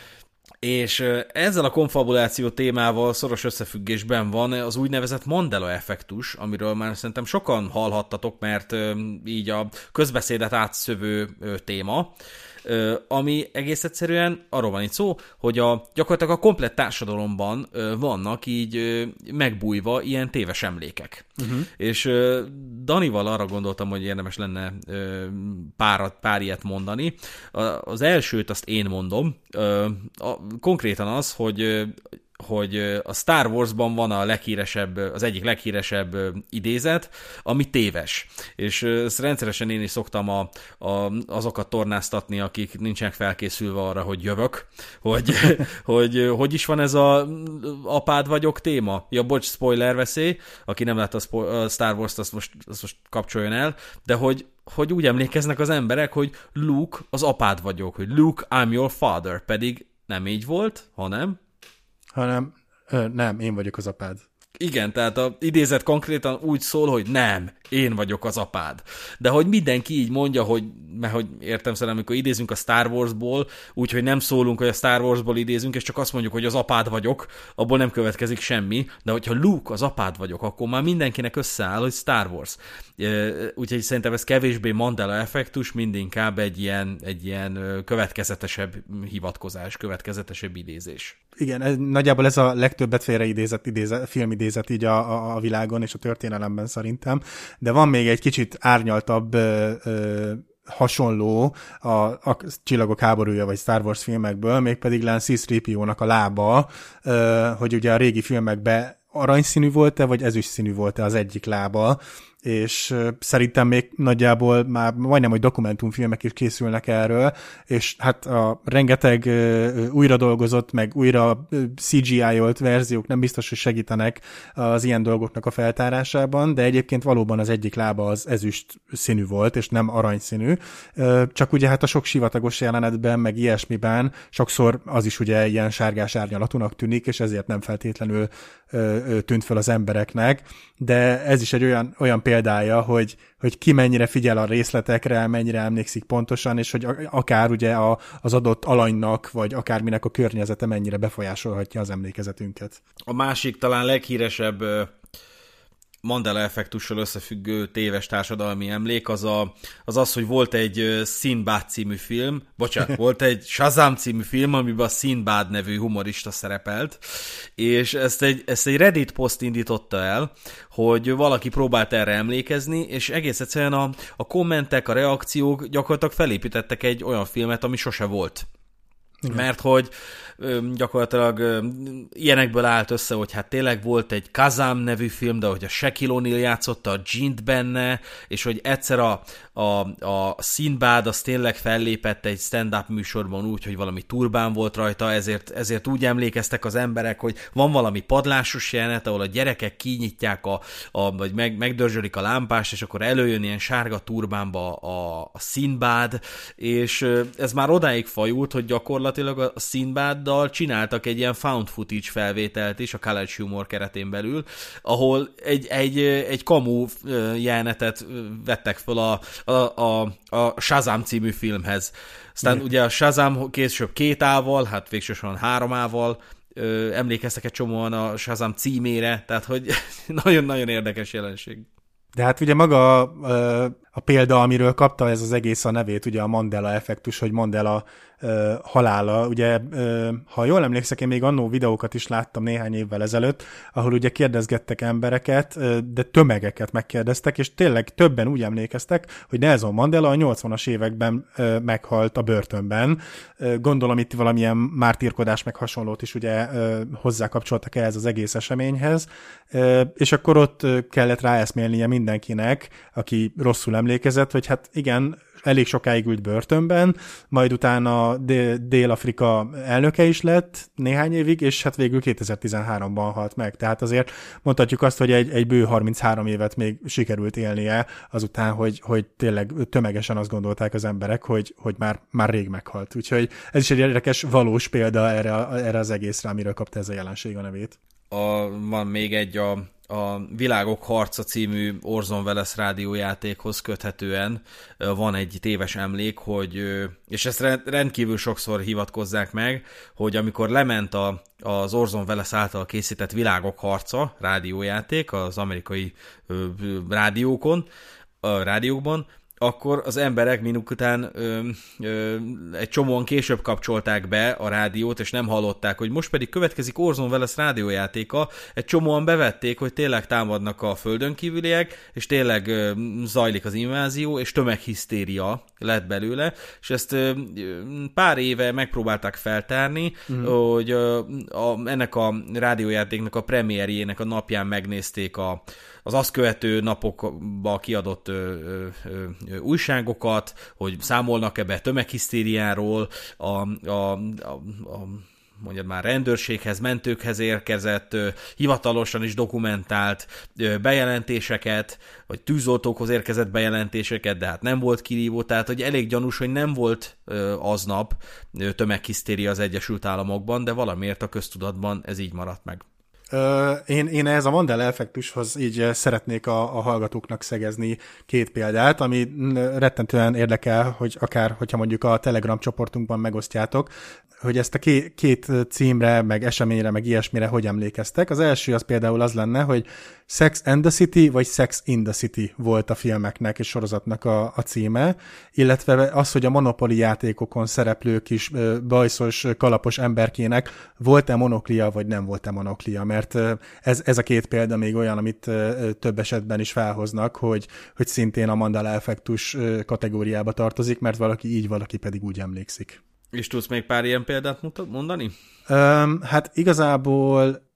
És ezzel a konfabuláció témával szoros összefüggésben van az úgynevezett Mandela-effektus, amiről már szerintem sokan hallhattatok, mert így a közbeszédet átszövő téma, ami egész egyszerűen arról van itt szó, hogy a, gyakorlatilag a komplett társadalomban vannak így megbújva ilyen téves emlékek. Uh-huh. És Danival arra gondoltam, hogy érdemes lenne pár, pár ilyet mondani. Az elsőt azt én mondom, konkrétan az, hogy hogy a Star Warsban van a leghíresebb, az egyik leghíresebb idézet, ami téves. És ezt rendszeresen én is szoktam a, a, azokat tornáztatni, akik nincsenek felkészülve arra, hogy jövök, hogy hogy, hogy is van ez a apád vagyok téma. Ja, bocs, spoiler veszély, aki nem látta a, spo- a Star Wars-t, azt most, azt most kapcsoljon el, de hogy hogy úgy emlékeznek az emberek, hogy Luke az apád vagyok, hogy Luke, I'm your father, pedig nem így volt, hanem hanem ö, nem, én vagyok az apád. Igen, tehát az idézet konkrétan úgy szól, hogy nem, én vagyok az apád. De hogy mindenki így mondja, hogy, mert hogy értem szerint, amikor idézünk a Star Warsból, úgyhogy nem szólunk, hogy a Star Warsból idézünk, és csak azt mondjuk, hogy az apád vagyok, abból nem következik semmi, de hogyha Luke az apád vagyok, akkor már mindenkinek összeáll, hogy Star Wars. Úgyhogy szerintem ez kevésbé Mandela-effektus, mindinkább egy ilyen, egy ilyen következetesebb hivatkozás, következetesebb idézés. Igen, ez, nagyjából ez a legtöbbet félreidézett idézet, filmidézet így a, a, a világon és a történelemben szerintem, de van még egy kicsit árnyaltabb ö, ö, hasonló a, a Csillagok háborúja vagy Star Wars filmekből, mégpedig Lance C három P O-nak a lába, ö, hogy ugye a régi filmekben aranyszínű volt-e, vagy ezüstszínű volt-e az egyik lába, és szerintem még nagyjából már majdnem, hogy dokumentumfilmek is készülnek erről, és hát a rengeteg újra dolgozott, meg újra cé gé í-olt verziók nem biztos, hogy segítenek az ilyen dolgoknak a feltárásában, de egyébként valóban az egyik lába az ezüst színű volt, és nem aranyszínű, csak ugye hát a sok sivatagos jelenetben, meg ilyesmiben sokszor az is ugye ilyen sárgás árnyalatúnak tűnik, és ezért nem feltétlenül tűnt fel az embereknek, de ez is egy olyan, olyan példája, hogy, hogy ki mennyire figyel a részletekre, mennyire emlékszik pontosan, és hogy akár ugye a, az adott alanynak, vagy akárminek a környezete mennyire befolyásolhatja az emlékezetünket. A másik talán leghíresebb Mandela-effektussal összefüggő téves társadalmi emlék az, a, az az, hogy volt egy Sinbad című film, bocsánat, volt egy Shazam című film, amiben a Sinbad nevű humorista szerepelt, és ezt egy, ezt egy Reddit poszt indította el, hogy valaki próbált erre emlékezni, és egész egyszerűen a, a kommentek, a reakciók gyakorlatilag felépítettek egy olyan filmet, ami sose volt. Igen. Mert hogy ö, gyakorlatilag ö, ilyenekből állt össze, hogy hát tényleg volt egy Kazam nevű film, de hogy a Shaquille O'Neal játszotta a Gint benne, és hogy egyszer a, a, a Sinbad az tényleg fellépett egy stand-up műsorban úgy, hogy valami turbán volt rajta, ezért, ezért úgy emlékeztek az emberek, hogy van valami padlásos jelenet, ahol a gyerekek kinyitják, a, a, vagy meg, megdörzsölik a lámpást, és akkor előjön ilyen sárga turbánba a, a Sinbad, és ö, ez már odáig fajult, hogy gyakorlatilag a Sinbaddal csináltak egy ilyen found footage felvételt is a College Humor keretén belül, ahol egy, egy, egy kamu jelenetet vettek fel a, a, a, a Shazam című filmhez. Aztán mm. ugye a Shazam később két ával, hát végsősorban három ával emlékeztek egy csomóan a Shazam címére, tehát hogy nagyon-nagyon érdekes jelenség. De hát ugye maga a, a példa, amiről kapta ez az egész a nevét, ugye a Mandela-effektus, hogy Mandela uh, halála. Ugye, uh, ha jól emlékszek, én még annó videókat is láttam néhány évvel ezelőtt, ahol ugye kérdezgettek embereket, uh, de tömegeket megkérdeztek, és tényleg többen úgy emlékeztek, hogy Nelson Mandela a nyolcvanas években uh, meghalt a börtönben. Uh, gondolom itt valamilyen mártírkodás meg hasonlót is ugye uh, hozzákapcsoltak ehhez az egész eseményhez, uh, és akkor ott uh, kellett ráeszmélnie mindenkinek, aki rosszul emlékezett, hogy hát igen, elég sokáig ült börtönben, majd utána Dél-Afrika elnöke is lett néhány évig, és hát végül kétezer-tizenháromban halt meg. Tehát azért mondhatjuk azt, hogy egy, egy bő harminchárom évet még sikerült élnie azután, hogy, hogy tényleg tömegesen azt gondolták az emberek, hogy, hogy már, már rég meghalt. Úgyhogy ez is egy érdekes, valós példa erre, erre az egészre, amiről kapta ez a jelenség a nevét. A, van még egy a a Világok harca című Orson Welles rádiójátékhoz köthetően van egy téves emlék, hogy, és ezt rendkívül sokszor hivatkozzák meg, hogy amikor lement a, az Orson Welles által készített Világok harca rádiójáték az amerikai rádiókon, a rádiókban, akkor az emberek minután ö, ö, egy csomóan később kapcsolták be a rádiót, és nem hallották, hogy most pedig következik Orson Welles rádiójátéka, egy csomóan bevették, hogy tényleg támadnak a földön kívüliek, és tényleg ö, zajlik az invázió, és tömeghisztéria lett belőle, és ezt ö, pár éve megpróbálták feltárni, mm. hogy ö, a, ennek a rádiójátéknak a premierjének a napján megnézték a az azt követő napokban kiadott ö, ö, ö, újságokat, hogy számolnak ebbe tömeghisztériáról, a, a, a, a mondjad már rendőrséghez, mentőkhez érkezett, ö, hivatalosan is dokumentált ö, bejelentéseket, vagy tűzoltókhoz érkezett bejelentéseket, de hát nem volt kirívó, tehát hogy elég gyanús, hogy nem volt ö, aznap ö, tömeghisztéria az Egyesült Államokban, de valamiért a köztudatban ez így maradt meg. Én, én ehhez a Mandela-effektushoz így szeretnék a, a hallgatóknak szegezni két példát, ami rettentően érdekel, hogy akár, hogyha mondjuk a Telegram csoportunkban megosztjátok, hogy ezt a két, két címre, meg eseményre, meg ilyesmire hogy emlékeztek. Az első az például az lenne, hogy Sex and the City, vagy Sex in the City volt a filmeknek és sorozatnak a, a címe, illetve az, hogy a Monopoly játékokon szereplő kis bajszos, kalapos emberkének volt-e monoklia, vagy nem volt-e monoklia, mert ez, ez a két példa még olyan, amit több esetben is felhoznak, hogy, hogy szintén a Mandela-effektus kategóriába tartozik, mert valaki így, valaki pedig úgy emlékszik. És tudsz még pár ilyen példát mondani? Um, hát igazából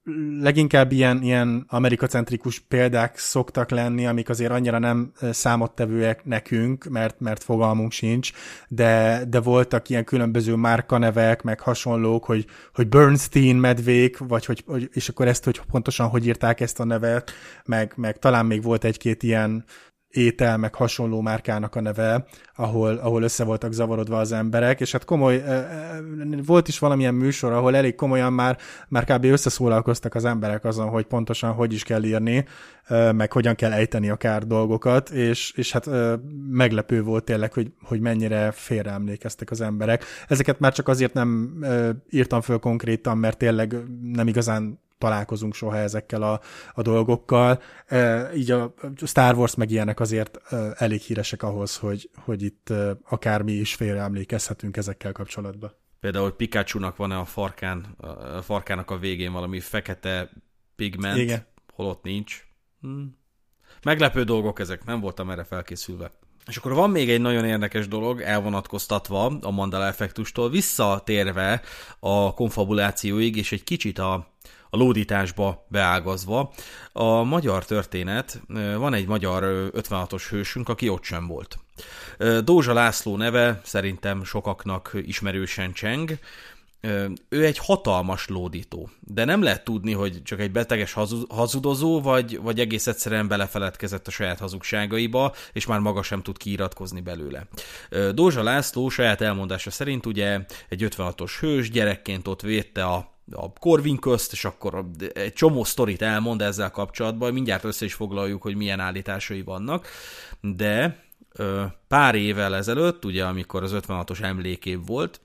leginkább ilyen, ilyen amerikacentrikus példák szoktak lenni, amik azért annyira nem számottevőek nekünk, mert, mert fogalmunk sincs, de, de voltak ilyen különböző márkanevek, meg hasonlók, hogy, hogy Bernstein medvék, vagy hogy, hogy, és akkor ezt, hogy pontosan hogy írták ezt a nevet, meg, meg talán még volt egy-két ilyen étel, meg hasonló márkának a neve, ahol, ahol össze voltak zavarodva az emberek, és hát komoly, volt is valamilyen műsor, ahol elég komolyan már, már kb. Összeszólalkoztak az emberek azon, hogy pontosan hogy is kell írni, meg hogyan kell ejteni akár dolgokat, és, és hát meglepő volt tényleg, hogy, hogy mennyire félreemlékeztek az emberek. Ezeket már csak azért nem írtam föl konkrétan, mert tényleg nem igazán találkozunk soha ezekkel a, a dolgokkal. E, így a Star Wars meg ilyenek azért e, elég híresek ahhoz, hogy, hogy itt e, akár mi is félreemlékezhetünk ezekkel kapcsolatban. Például, hogy Pikachu-nak van-e a farkán, a farkának a végén valami fekete pigment, igen. Holott nincs. Hmm. Meglepő dolgok ezek, nem voltam erre felkészülve. És akkor van még egy nagyon érdekes dolog, elvonatkoztatva a Mandela effektustól, visszatérve a konfabulációig, és egy kicsit a a lódításba beágazva. A magyar történet, van egy magyar ötvenhatos hősünk, aki ott sem volt. Dózsa László neve szerintem sokaknak ismerősen cseng. Ő egy hatalmas lódító, de nem lehet tudni, hogy csak egy beteges hazudozó, vagy, vagy egész egyszerűen belefeledkezett a saját hazugságaiba, és már maga sem tud kiiratkozni belőle. Dózsa László saját elmondása szerint ugye egy ötvenhatos hős, gyerekként ott védte a a Corvin közt, és akkor egy csomó sztorit elmond ezzel kapcsolatban, mindjárt össze is foglaljuk, hogy milyen állításai vannak, de ö, pár évvel ezelőtt, ugye amikor az ötvenhatos emlékév volt,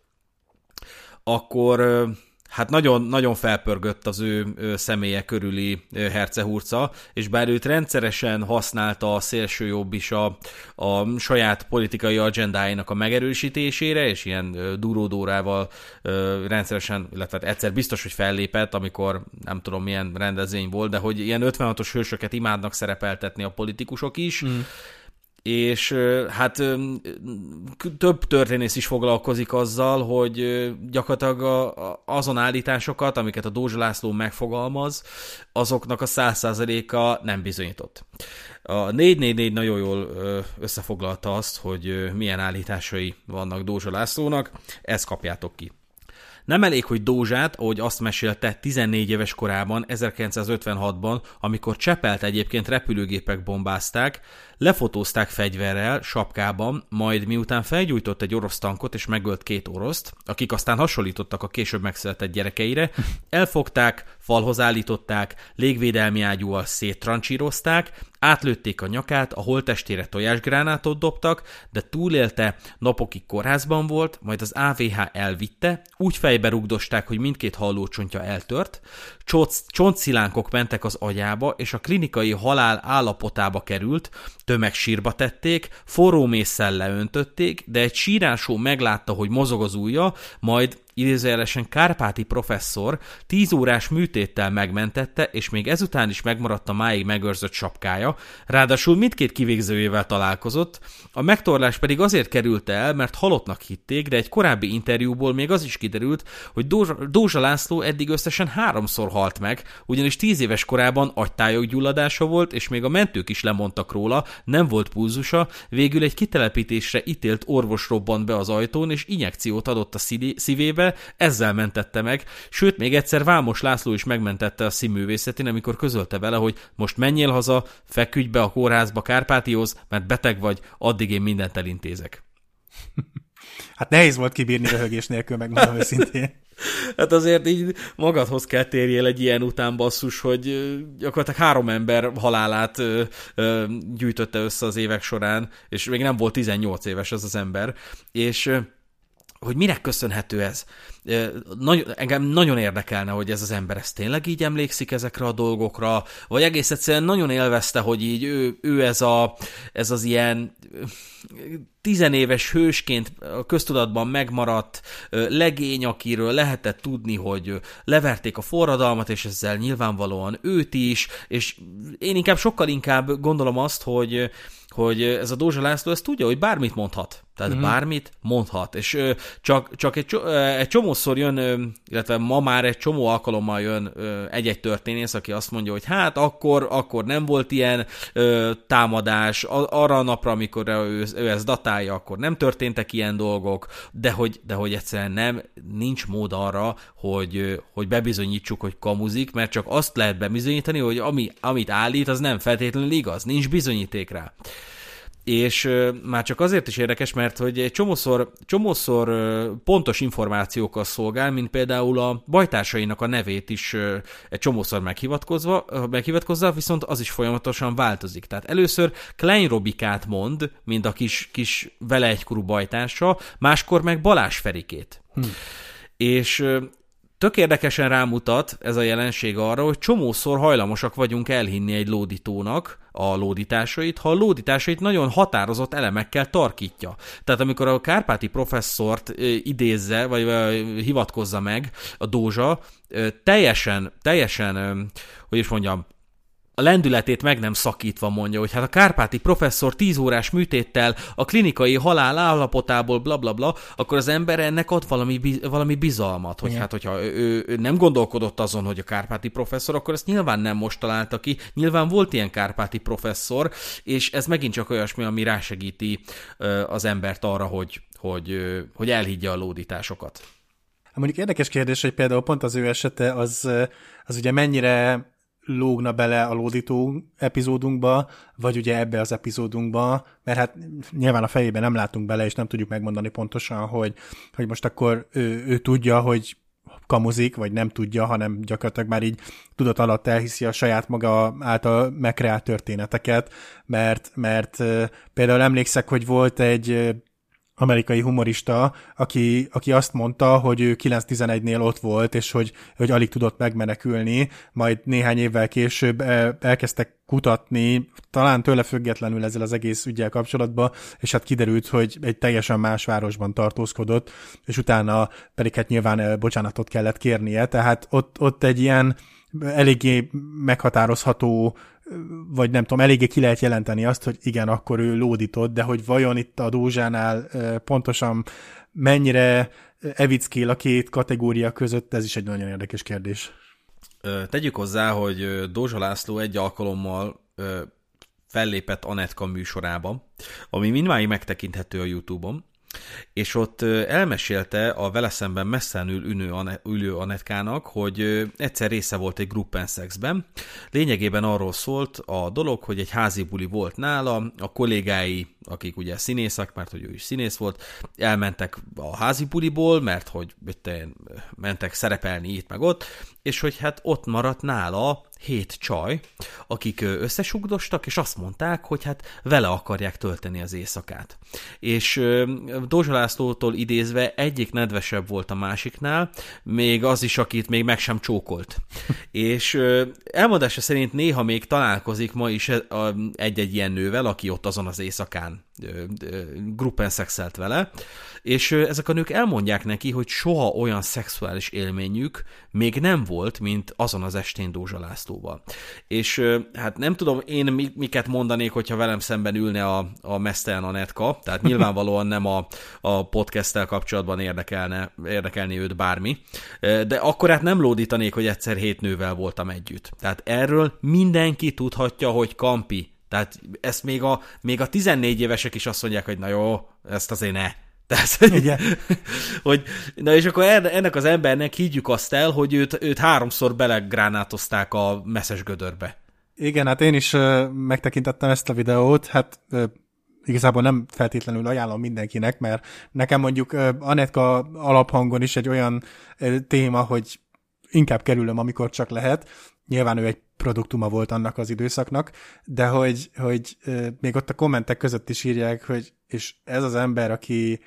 akkor ö, hát nagyon, nagyon felpörgött az ő személye körüli hercehurca, és bár őt rendszeresen használta a szélsőjobb is a, a saját politikai agendáinak a megerősítésére, és ilyen duródórával rendszeresen, illetve egyszer biztos, hogy fellépett, amikor nem tudom milyen rendezvény volt, de hogy ilyen ötvenhatos hősöket imádnak szerepeltetni a politikusok is, mm. És hát több történész is foglalkozik azzal, hogy gyakorlatilag azon állításokat, amiket a Dózsa László megfogalmaz, azoknak a száz százaléka nem bizonyított. A négy négy négy nagyon jól összefoglalta azt, hogy milyen állításai vannak Dózsa Lászlónak, ezt kapjátok ki. Nem elég, hogy Dózsát, ahogy azt mesélte, tizennégy éves korában, ezerkilencszázötvenhatban, amikor Csepelt egyébként repülőgépek bombázták, lefotózták fegyverrel, sapkában, majd miután felgyújtott egy orosz tankot és megölt két oroszt, akik aztán hasonlítottak a később megszületett gyerekeire, elfogták, falhoz állították, légvédelmi ágyúval széttrancsírozták, átlőtték a nyakát, a holttestére tojásgránátot dobtak, de túlélte, napokig kórházban volt, majd az á vé há elvitte, úgy fejbe rugdosták, hogy mindkét hallócsontja eltört, csontszilánkok mentek az agyába, és a klinikai halál állapotába került, tömegsírba tették, forró mésszel leöntötték, de egy sírásó meglátta, hogy mozog az ujja, majd idézőjelesen Kárpáti professzor tíz órás műtéttel megmentette, és még ezután is megmaradt a máig megőrzött sapkája, ráadásul mindkét kivégzőjével találkozott, a megtorlás pedig azért került el, mert halottnak hitték, de egy korábbi interjúból még az is kiderült, hogy Dózsa László eddig összesen háromszor halt meg, ugyanis tíz éves korában agytályok gyulladása volt, és még a mentők is lemondtak róla, nem volt pulzusa, végül egy kitelepítésre ítélt orvos robbant be az ajtón, és injekciót adott a szívébe, ezzel mentette meg, sőt, még egyszer Vámos László is megmentette a színművészetén, amikor közölte vele, hogy most menjél haza, feküdj be a kórházba Kárpátihoz, mert beteg vagy, addig én mindent elintézek. Hát nehéz volt kibírni röhögés nélkül, megmondom őszintén. Hát azért így magadhoz kell térjél egy ilyen után basszus, hogy gyakorlatilag három ember halálát ö, ö, gyűjtötte össze az évek során, és még nem volt tizennyolc éves az az ember, és ö, hogy minek köszönhető ez? Nagy, engem nagyon érdekelne, hogy ez az ember ezt tényleg így emlékszik ezekre a dolgokra, vagy egész egyszerűen nagyon élvezte, hogy így ő, ő ez, a, ez az ilyen tizenéves hősként a köztudatban megmaradt legény, akiről lehetett tudni, hogy leverték a forradalmat, és ezzel nyilvánvalóan őt is, és én inkább sokkal inkább gondolom azt, hogy hogy ez a Dózsa László ezt tudja, hogy bármit mondhat. Tehát mm-hmm. bármit mondhat. És ö, csak, csak egy, egy csomószor jön, ö, illetve ma már egy csomó alkalommal jön ö, egy-egy történész, aki azt mondja, hogy hát akkor, akkor nem volt ilyen ö, támadás, arra a napra, amikor ő, ő ezt datálja, akkor nem történtek ilyen dolgok, de hogy, de hogy egyszerűen nem, nincs mód arra, hogy, hogy bebizonyítsuk, hogy kamuzik, mert csak azt lehet bebizonyítani, hogy ami, amit állít, az nem feltétlenül igaz, nincs bizonyíték rá. És uh, már csak azért is érdekes, mert hogy egy csomószor, csomószor uh, pontos információkkal szolgál, mint például a bajtársainak a nevét is uh, egy csomószor meghivatkozva, uh, meghivatkozza, viszont az is folyamatosan változik. Tehát először Klein Robikát mond, mint a kis, kis vele egykorú bajtársa, máskor meg Balázs Ferikét. Hm. És uh, tök érdekesen rámutat ez a jelenség arra, hogy csomószor hajlamosak vagyunk elhinni egy lódítónak a lódításait, ha a lódításait nagyon határozott elemekkel tarkítja. Tehát amikor a Kárpáti professzort idézze, vagy hivatkozza meg a Dózsa, teljesen, teljesen, hogy is mondjam, a lendületét meg nem szakítva mondja, hogy hát a Kárpáti professzor tíz órás műtéttel a klinikai halál állapotából blablabla, bla, bla, akkor az ember ennek ad valami, valami bizalmat, hogy igen. Hát hogyha ő, ő nem gondolkodott azon, hogy a Kárpáti professzor, akkor ezt nyilván nem most találta ki, nyilván volt ilyen Kárpáti professzor, és ez megint csak olyasmi, ami rásegíti az embert arra, hogy, hogy, hogy elhiggye a lódításokat. Mondjuk érdekes kérdés, hogy például pont az ő esete az, az ugye mennyire lógna bele a lódító epizódunkba, vagy ugye ebbe az epizódunkba, mert hát nyilván a fejében nem látunk bele, és nem tudjuk megmondani pontosan, hogy, hogy most akkor ő, ő tudja, hogy kamuzik, vagy nem tudja, hanem gyakorlatilag már így tudat alatt elhiszi a saját maga által megkreált történeteket, mert, mert például emlékszek, hogy volt egy amerikai humorista, aki, aki azt mondta, hogy ő kilenc tizenegynél ott volt, és hogy, hogy alig tudott megmenekülni, majd néhány évvel később elkezdtek kutatni, talán tőle függetlenül ezzel az egész üggyel kapcsolatban, és hát kiderült, hogy egy teljesen más városban tartózkodott, és utána pedig hát nyilván bocsánatot kellett kérnie, tehát ott, ott egy ilyen eléggé meghatározható, vagy nem tudom, eléggé ki lehet jelenteni azt, hogy igen, akkor ő lódított, de hogy vajon itt a Dózsánál pontosan mennyire evickél a két kategória között, ez is egy nagyon érdekes kérdés. Tegyük hozzá, hogy Dózsa László egy alkalommal fellépett Anetka műsorába, ami mindmáig megtekinthető a YouTube-on, és ott elmesélte a vele szemben messzen ül ülő, ülő Anetkának, hogy egyszer része volt egy gruppensexben. Lényegében arról szólt a dolog, hogy egy házi buli volt nála, a kollégái, akik ugye színészek, mert hogy ő is színész volt, elmentek a házi buliból, mert hogy mentek szerepelni itt meg ott, és hogy hát ott maradt nála hét csaj, akik összesugdostak, és azt mondták, hogy hát vele akarják tölteni az éjszakát. És Dózsa Lászlótól idézve egyik nedvesebb volt a másiknál, még az is, akit még meg sem csókolt. És elmondása szerint néha még találkozik ma is egy-egy ilyen nővel, aki ott azon az éjszakán gruppenszexelt vele, és ezek a nők elmondják neki, hogy soha olyan szexuális élményük még nem volt, mint azon az estén Dózsa Lászlóval. És hát nem tudom én miket mondanék, hogyha velem szemben ülne a, a mesztelen Anetka, tehát nyilvánvalóan nem a, a podcasttel kapcsolatban érdekelne, érdekelni őt bármi, de akkor hát nem lódítanék, hogy egyszer hét nővel voltam együtt. Tehát erről mindenki tudhatja, hogy kampi. Tehát ezt még a, még a tizennégy évesek is azt mondják, hogy na jó, ezt azért ne. Tehát, igen. Hogy, na és akkor ennek az embernek higgyük azt el, hogy őt, őt háromszor belegránátozták a messzes gödörbe. Igen, hát én is uh, megtekintettem ezt a videót, hát uh, igazából nem feltétlenül ajánlom mindenkinek, mert nekem mondjuk uh, Anetka alaphangon is egy olyan uh, téma, hogy inkább kerülöm, amikor csak lehet. Nyilván ő egy produktuma volt annak az időszaknak, de hogy, hogy uh, még ott a kommentek között is írják, hogy és ez az ember, aki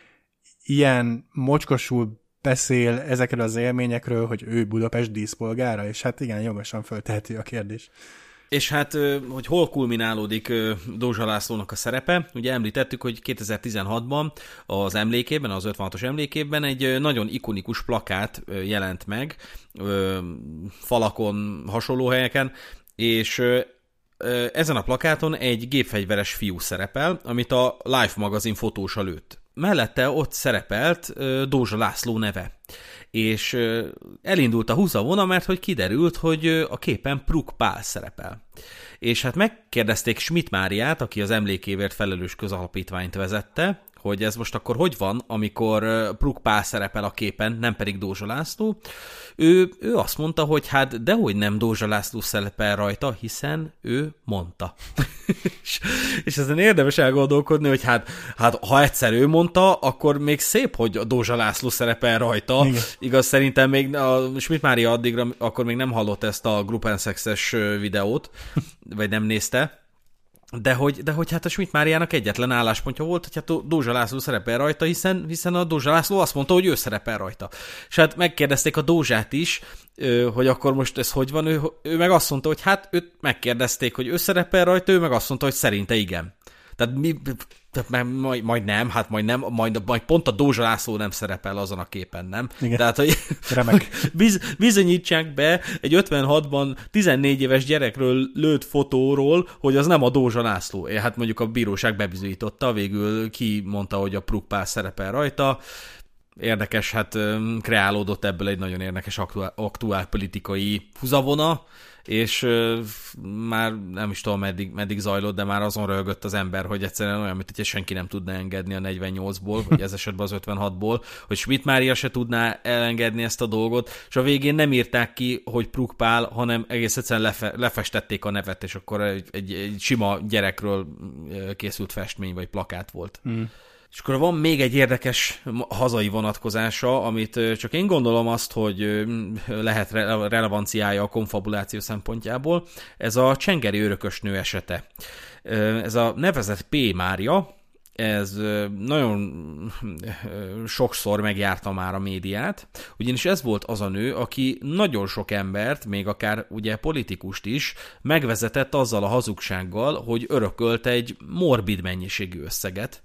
ilyen mocskosul beszél ezekről az élményekről, hogy ő Budapest díszpolgára, és hát igen, jogosan föltehető a kérdés. És hát, hogy hol kulminálódik Dózsa Lászlónak a szerepe, ugye említettük, hogy kétezer-tizenhatban az emlékében, az ötvenhatos emlékében egy nagyon ikonikus plakát jelent meg, falakon, hasonló helyeken, és ezen a plakáton egy gépfegyveres fiú szerepel, amit a Life magazin fotósa lőtt. Mellette ott szerepelt Dózsa László neve. És elindult a húzavona, mert hogy kiderült, hogy a képen Pruk Pál szerepel. És hát megkérdezték Schmidt Máriát, aki az emlékévért felelős közalapítványt vezette, hogy ez most akkor hogy van, amikor Pruk Pál szerepel a képen, nem pedig Dózsa László. Ő, ő azt mondta, hogy hát dehogy nem Dózsa László szerepel rajta, hiszen ő mondta. és, és ezen érdemes elgondolkodni, hogy hát, hát ha egyszer ő mondta, akkor még szép, hogy a Dózsa László szerepel rajta. Igen. Igaz, szerintem még a Schmidt Mária addigra akkor még nem hallott ezt a Group and Sex-es videót, vagy nem nézte. De hogy, de hogy hát a Schmidt Máriának egyetlen álláspontja volt, hogy hát Dózsa László szerepel rajta, hiszen, hiszen a Dózsa László azt mondta, hogy ő szerepel rajta. És hát megkérdezték a Dózsát is, hogy akkor most ez hogy van, ő, ő meg azt mondta, hogy hát őt megkérdezték, hogy ő szerepel rajta, ő meg azt mondta, hogy szerinte igen. Tehát mi... Tehát majd, majd nem, hát majd nem, majd, majd pont a Dózsa László nem szerepel azon a képen, nem? Igen. Tehát, hogy biz, bizonyítsák be egy ötvenhatban tizennégy éves gyerekről lőtt fotóról, hogy az nem a Dózsa László. Hát mondjuk a bíróság bebizonyította, végül ki mondta, hogy a Pruk Pál szerepel rajta. Érdekes, hát kreálódott ebből egy nagyon érdekes aktuál, aktuál politikai húzavona, és uh, már nem is tudom, meddig, meddig zajlott, de már azon röhögött az ember, hogy egyszerűen olyan, mint hogy senki nem tudna engedni a negyvennyolcból, vagy ez esetben az ötvenhatból, hogy Schmidt Mária se tudná elengedni ezt a dolgot, és a végén nem írták ki, hogy Pruk Pál, hanem egész egyszerűen lefe, lefestették a nevet, és akkor egy, egy, egy sima gyerekről készült festmény, vagy plakát volt. Mm. És akkor van még egy érdekes hazai vonatkozása, amit csak én gondolom azt, hogy lehet relevanciája a konfabuláció szempontjából. Ez a csengeri örökösnő esete. Ez a nevezett P. Mária, ez nagyon sokszor megjárta már a médiát, ugyanis ez volt az a nő, aki nagyon sok embert, még akár ugye politikust is, megvezetett azzal a hazugsággal, hogy örökölt egy morbid mennyiségű összeget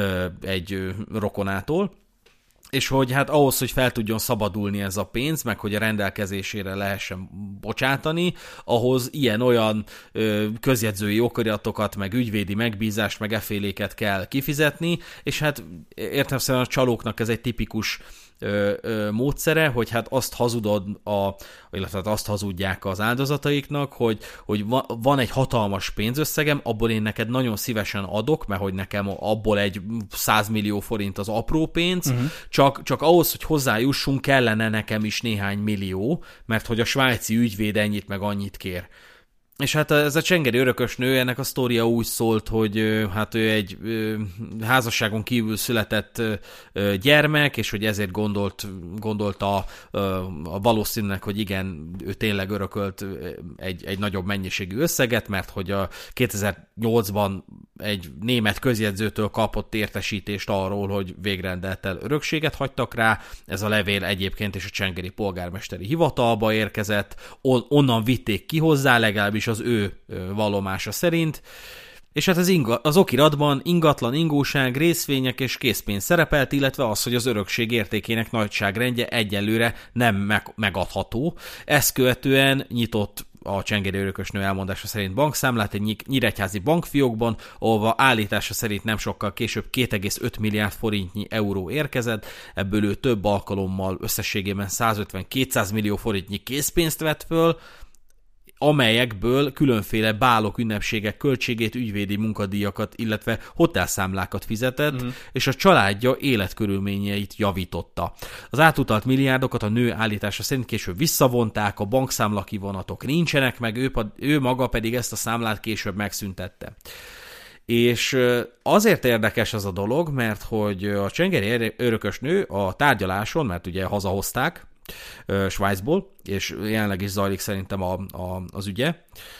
egy rokonától, és hogy hát ahhoz, hogy fel tudjon szabadulni ez a pénz, meg hogy a rendelkezésére lehessen bocsátani, ahhoz ilyen-olyan ö, közjegyzői okiratokat, meg ügyvédi megbízást, meg efféléket kell kifizetni, és hát értelemszerűen a csalóknak ez egy tipikus Ö, ö, módszere, hogy hát azt hazudod, a, illetve azt hazudják az áldozataiknak, hogy, hogy va, van egy hatalmas pénzösszegem, abból én neked nagyon szívesen adok, mert hogy nekem abból egy száz millió forint az apró pénz, uh-huh. csak, csak ahhoz, hogy hozzájussunk, kellene nekem is néhány millió, mert hogy a svájci ügyvéd ennyit meg annyit kér. És hát ez a csengeri örökösnő, ennek a sztória úgy szólt, hogy hát ő egy házasságon kívül született gyermek, és hogy ezért gondolt, gondolta a valószínűleg, hogy igen, ő tényleg örökölt egy, egy nagyobb mennyiségű összeget, mert hogy a kétezer-nyolcban egy német közjegyzőtől kapott értesítést arról, hogy végrendeltel örökséget hagytak rá. Ez a levél egyébként is a csengeri polgármesteri hivatalba érkezett, on, onnan vitték ki hozzá, legalábbis az ő vallomása szerint, és hát az, inga, az okiratban ingatlan, ingóság, részvények és készpénz szerepelt, illetve az, hogy az örökség értékének nagyságrendje egyelőre nem meg, megadható. Ezt követően nyitott a csengeri örökösnő elmondása szerint bankszámlát egy nyíregyházi bankfiókban, ahova állítása szerint nem sokkal később két egész öt milliárd forintnyi euró érkezett, ebből ő több alkalommal összességében százötven-kétszáz millió forintnyi készpénzt vett föl, amelyekből különféle bálok, ünnepségek költségét, ügyvédi munkadíjakat, illetve hotelszámlákat fizetett, uh-huh. és a családja életkörülményeit javította. Az átutalt milliárdokat a nő állítása szerint később visszavonták, a bankszámla kivonatok nincsenek meg, ő, ő maga pedig ezt a számlát később megszüntette. És azért érdekes ez a dolog, mert hogy a csengeri örökösnő a tárgyaláson, mert ugye hazahozták Svájcból, és jelenleg is zajlik szerintem a, a, az ügye.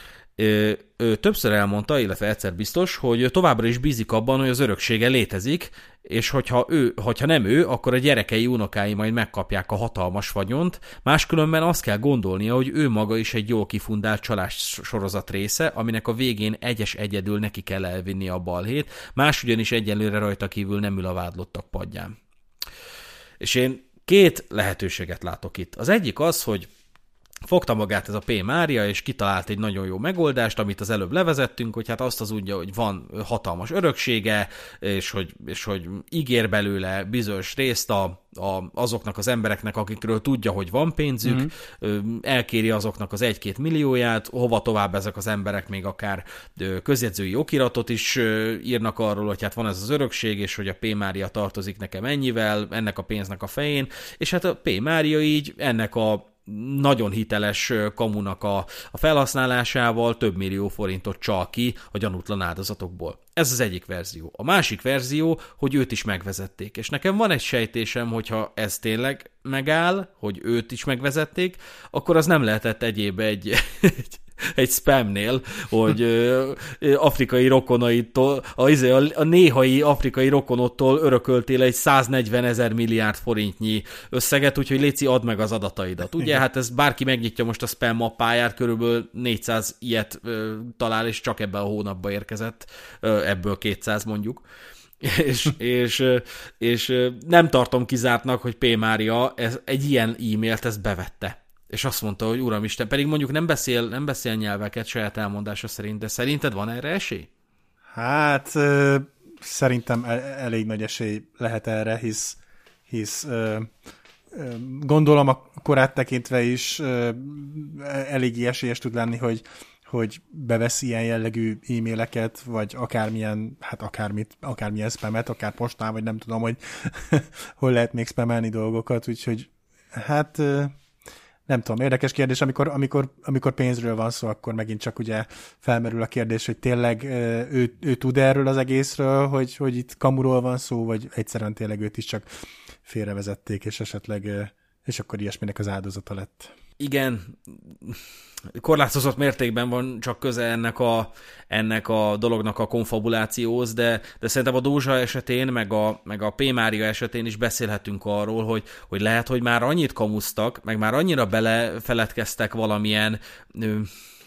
Ő, ő többször elmondta, illetve egyszer biztos, hogy továbbra is bízik abban, hogy az öröksége létezik, és hogyha, ő, hogyha nem ő, akkor a gyerekei, unokái majd megkapják a hatalmas vagyont, máskülönben azt kell gondolnia, hogy ő maga is egy jól kifundált csalás sorozat része, aminek a végén egyes egyedül neki kell elvinni a balhét, más ugyanis egyelőre rajta kívül nem ül a vádlottak padján. És én két lehetőséget látok itt. Az egyik az, hogy fogta magát ez a P. Mária, és kitalált egy nagyon jó megoldást, amit az előbb levezettünk, hogy hát azt az úgy, hogy van hatalmas öröksége, és hogy, és hogy ígér belőle bizonyos részt a, a, azoknak az embereknek, akikről tudja, hogy van pénzük, mm-hmm. elkéri azoknak az egy-két millióját, hova tovább ezek az emberek még akár közjegyzői okiratot is írnak arról, hogy hát van ez az örökség, és hogy a P. Mária tartozik nekem ennyivel, ennek a pénznek a fején, és hát a P. Mária így ennek a nagyon hiteles kamunak a, a felhasználásával több millió forintot csal ki a gyanútlan áldozatokból. Ez az egyik verzió. A másik verzió, hogy őt is megvezették. És nekem van egy sejtésem, hogyha ez tényleg megáll, hogy őt is megvezették, akkor az nem lehetett egyéb egy... egy egy spamnél, hogy ö, afrikai rokonaitól, a, a, a néhai afrikai rokonottól örököltél egy száznegyvenezer milliárd forintnyi összeget, úgyhogy léci, add meg az adataidat. Ugye, hát ez bárki megnyitja most a spam mappáját, körülbelül négyszáz ilyet ö, talál, és csak ebben a hónapban érkezett, ö, ebből kétszáz mondjuk. és, és, és nem tartom kizártnak, hogy P. Mária ez, egy ilyen e-mailt ezt bevette. És azt mondta, hogy uramisten, pedig mondjuk nem beszél, nem beszél nyelveket saját elmondása szerint, de szerinted van erre esély? Hát szerintem elég nagy esély lehet erre, hisz, hisz gondolom a korát tekintve is elég esélyes tud lenni, hogy, hogy bevesz ilyen jellegű e-maileket, vagy akármilyen, hát akármit, akármilyen spamet, akár postán, vagy nem tudom, hogy hol lehet még spamelni dolgokat, úgyhogy hát... Nem tudom, érdekes kérdés, amikor, amikor, amikor pénzről van szó, akkor megint csak ugye felmerül a kérdés, hogy tényleg ő, ő tud erről az egészről, hogy, hogy itt kamuról van szó, vagy egyszerűen tényleg őt is csak félrevezették, és esetleg, és akkor ilyesminek az áldozata lett. Igen, korlátozott mértékben van csak köze ennek a, ennek a dolognak a konfabulációhoz, de, de szerintem a Dózsa esetén, meg a, meg a P. Mária esetén is beszélhetünk arról, hogy, hogy lehet, hogy már annyit kamusztak, meg már annyira belefeledkeztek valamilyen ö,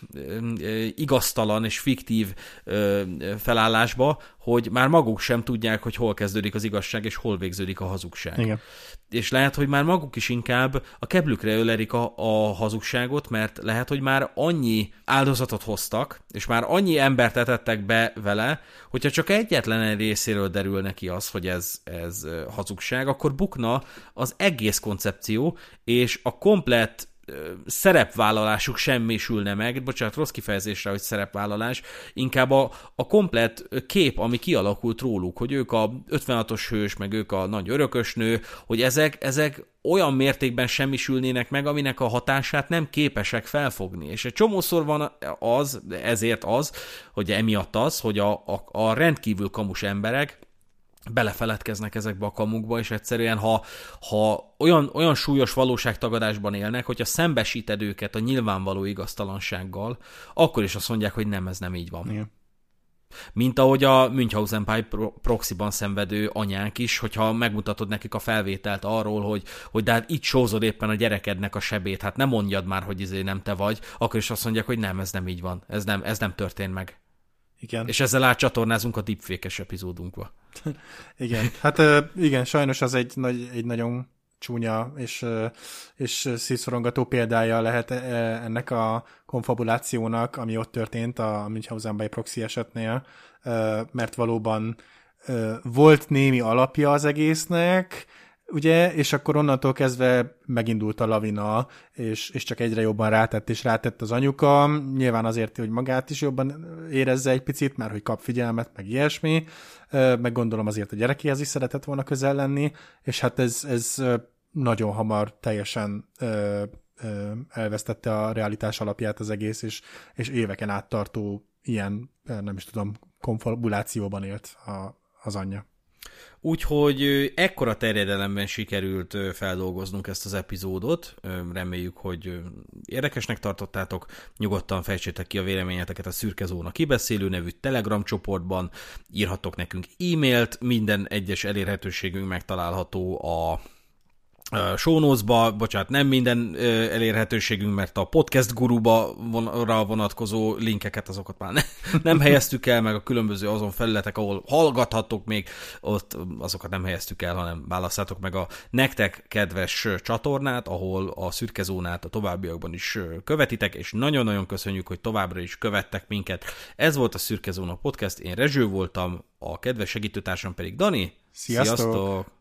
igaztalan és fiktív ö, felállásba, hogy már maguk sem tudják, hogy hol kezdődik az igazság, és hol végződik a hazugság. Igen. És lehet, hogy már maguk is inkább a keblükre ölerik a, a hazugságot, mert lehet, hogy már annyi áldozatot hoztak, és már annyi embert etettek be vele, hogyha csak egyetlen egy részéről derül neki az, hogy ez, ez hazugság, akkor bukna az egész koncepció, és a komplett szerepvállalásuk semmisülne meg, bocsánat, rossz kifejezésre, hogy szerepvállalás, inkább a, a komplett kép, ami kialakult róluk, hogy ők a ötvenhatos hős, meg ők a nagy örökösnő, hogy ezek, ezek olyan mértékben semmisülnének meg, aminek a hatását nem képesek felfogni. És egy csomószor van az, ezért az, hogy emiatt az, hogy a, a, a rendkívül kamus emberek belefeledkeznek ezekbe a kamukba, és egyszerűen, ha, ha olyan, olyan súlyos valóságtagadásban élnek, hogyha szembesíted őket a nyilvánvaló igaztalansággal, akkor is azt mondják, hogy nem, ez nem így van. Igen. Mint ahogy a Münchhausen Pipe proxyban szenvedő anyánk is, hogyha megmutatod nekik a felvételt arról, hogy, hogy de hát itt sózod éppen a gyerekednek a sebét, hát nem mondjad már, hogy izé nem te vagy, akkor is azt mondják, hogy nem, ez nem így van, ez nem, ez nem történt meg. Igen. És ezzel átcsatornázunk a deepfake-es epizódunkba. Igen, hát igen, sajnos az egy, nagy, egy nagyon csúnya és, és szívszorongató példája lehet ennek a konfabulációnak, ami ott történt a Münchhausen by proxy esetnél, mert valóban volt némi alapja az egésznek, ugye, és akkor onnantól kezdve megindult a lavina, és, és csak egyre jobban rátett, és rátett az anyuka, nyilván azért, hogy magát is jobban érezze egy picit, mert hogy kap figyelmet, meg ilyesmi, meg gondolom azért a gyerekéhez is szeretett volna közel lenni, és hát ez, ez nagyon hamar teljesen elvesztette a realitás alapját az egész, és, és éveken át tartó ilyen, nem is tudom, konfabulációban élt a, az anyja. Úgyhogy ekkora terjedelemben sikerült feldolgoznunk ezt az epizódot. Reméljük, hogy érdekesnek tartottátok. Nyugodtan fejtsétek ki a véleményeteket a Szürke Zóna Kibeszélő nevű Telegram csoportban. Írhattok nekünk e-mailt, minden egyes elérhetőségünk megtalálható a show notes-ba, bocsánat, nem minden elérhetőségünk, mert a podcast guruba vonatkozó linkeket, azokat már ne, nem helyeztük el, meg a különböző azon felületek, ahol hallgathatok még, ott azokat nem helyeztük el, hanem válasszátok meg a nektek kedves csatornát, ahol a Szürke Zónát a továbbiakban is követitek, és nagyon-nagyon köszönjük, hogy továbbra is követtek minket. Ez volt a Szürke Zóna podcast, én Rezső voltam, a kedves segítőtársam pedig Dani. Sziasztok! Sziasztok!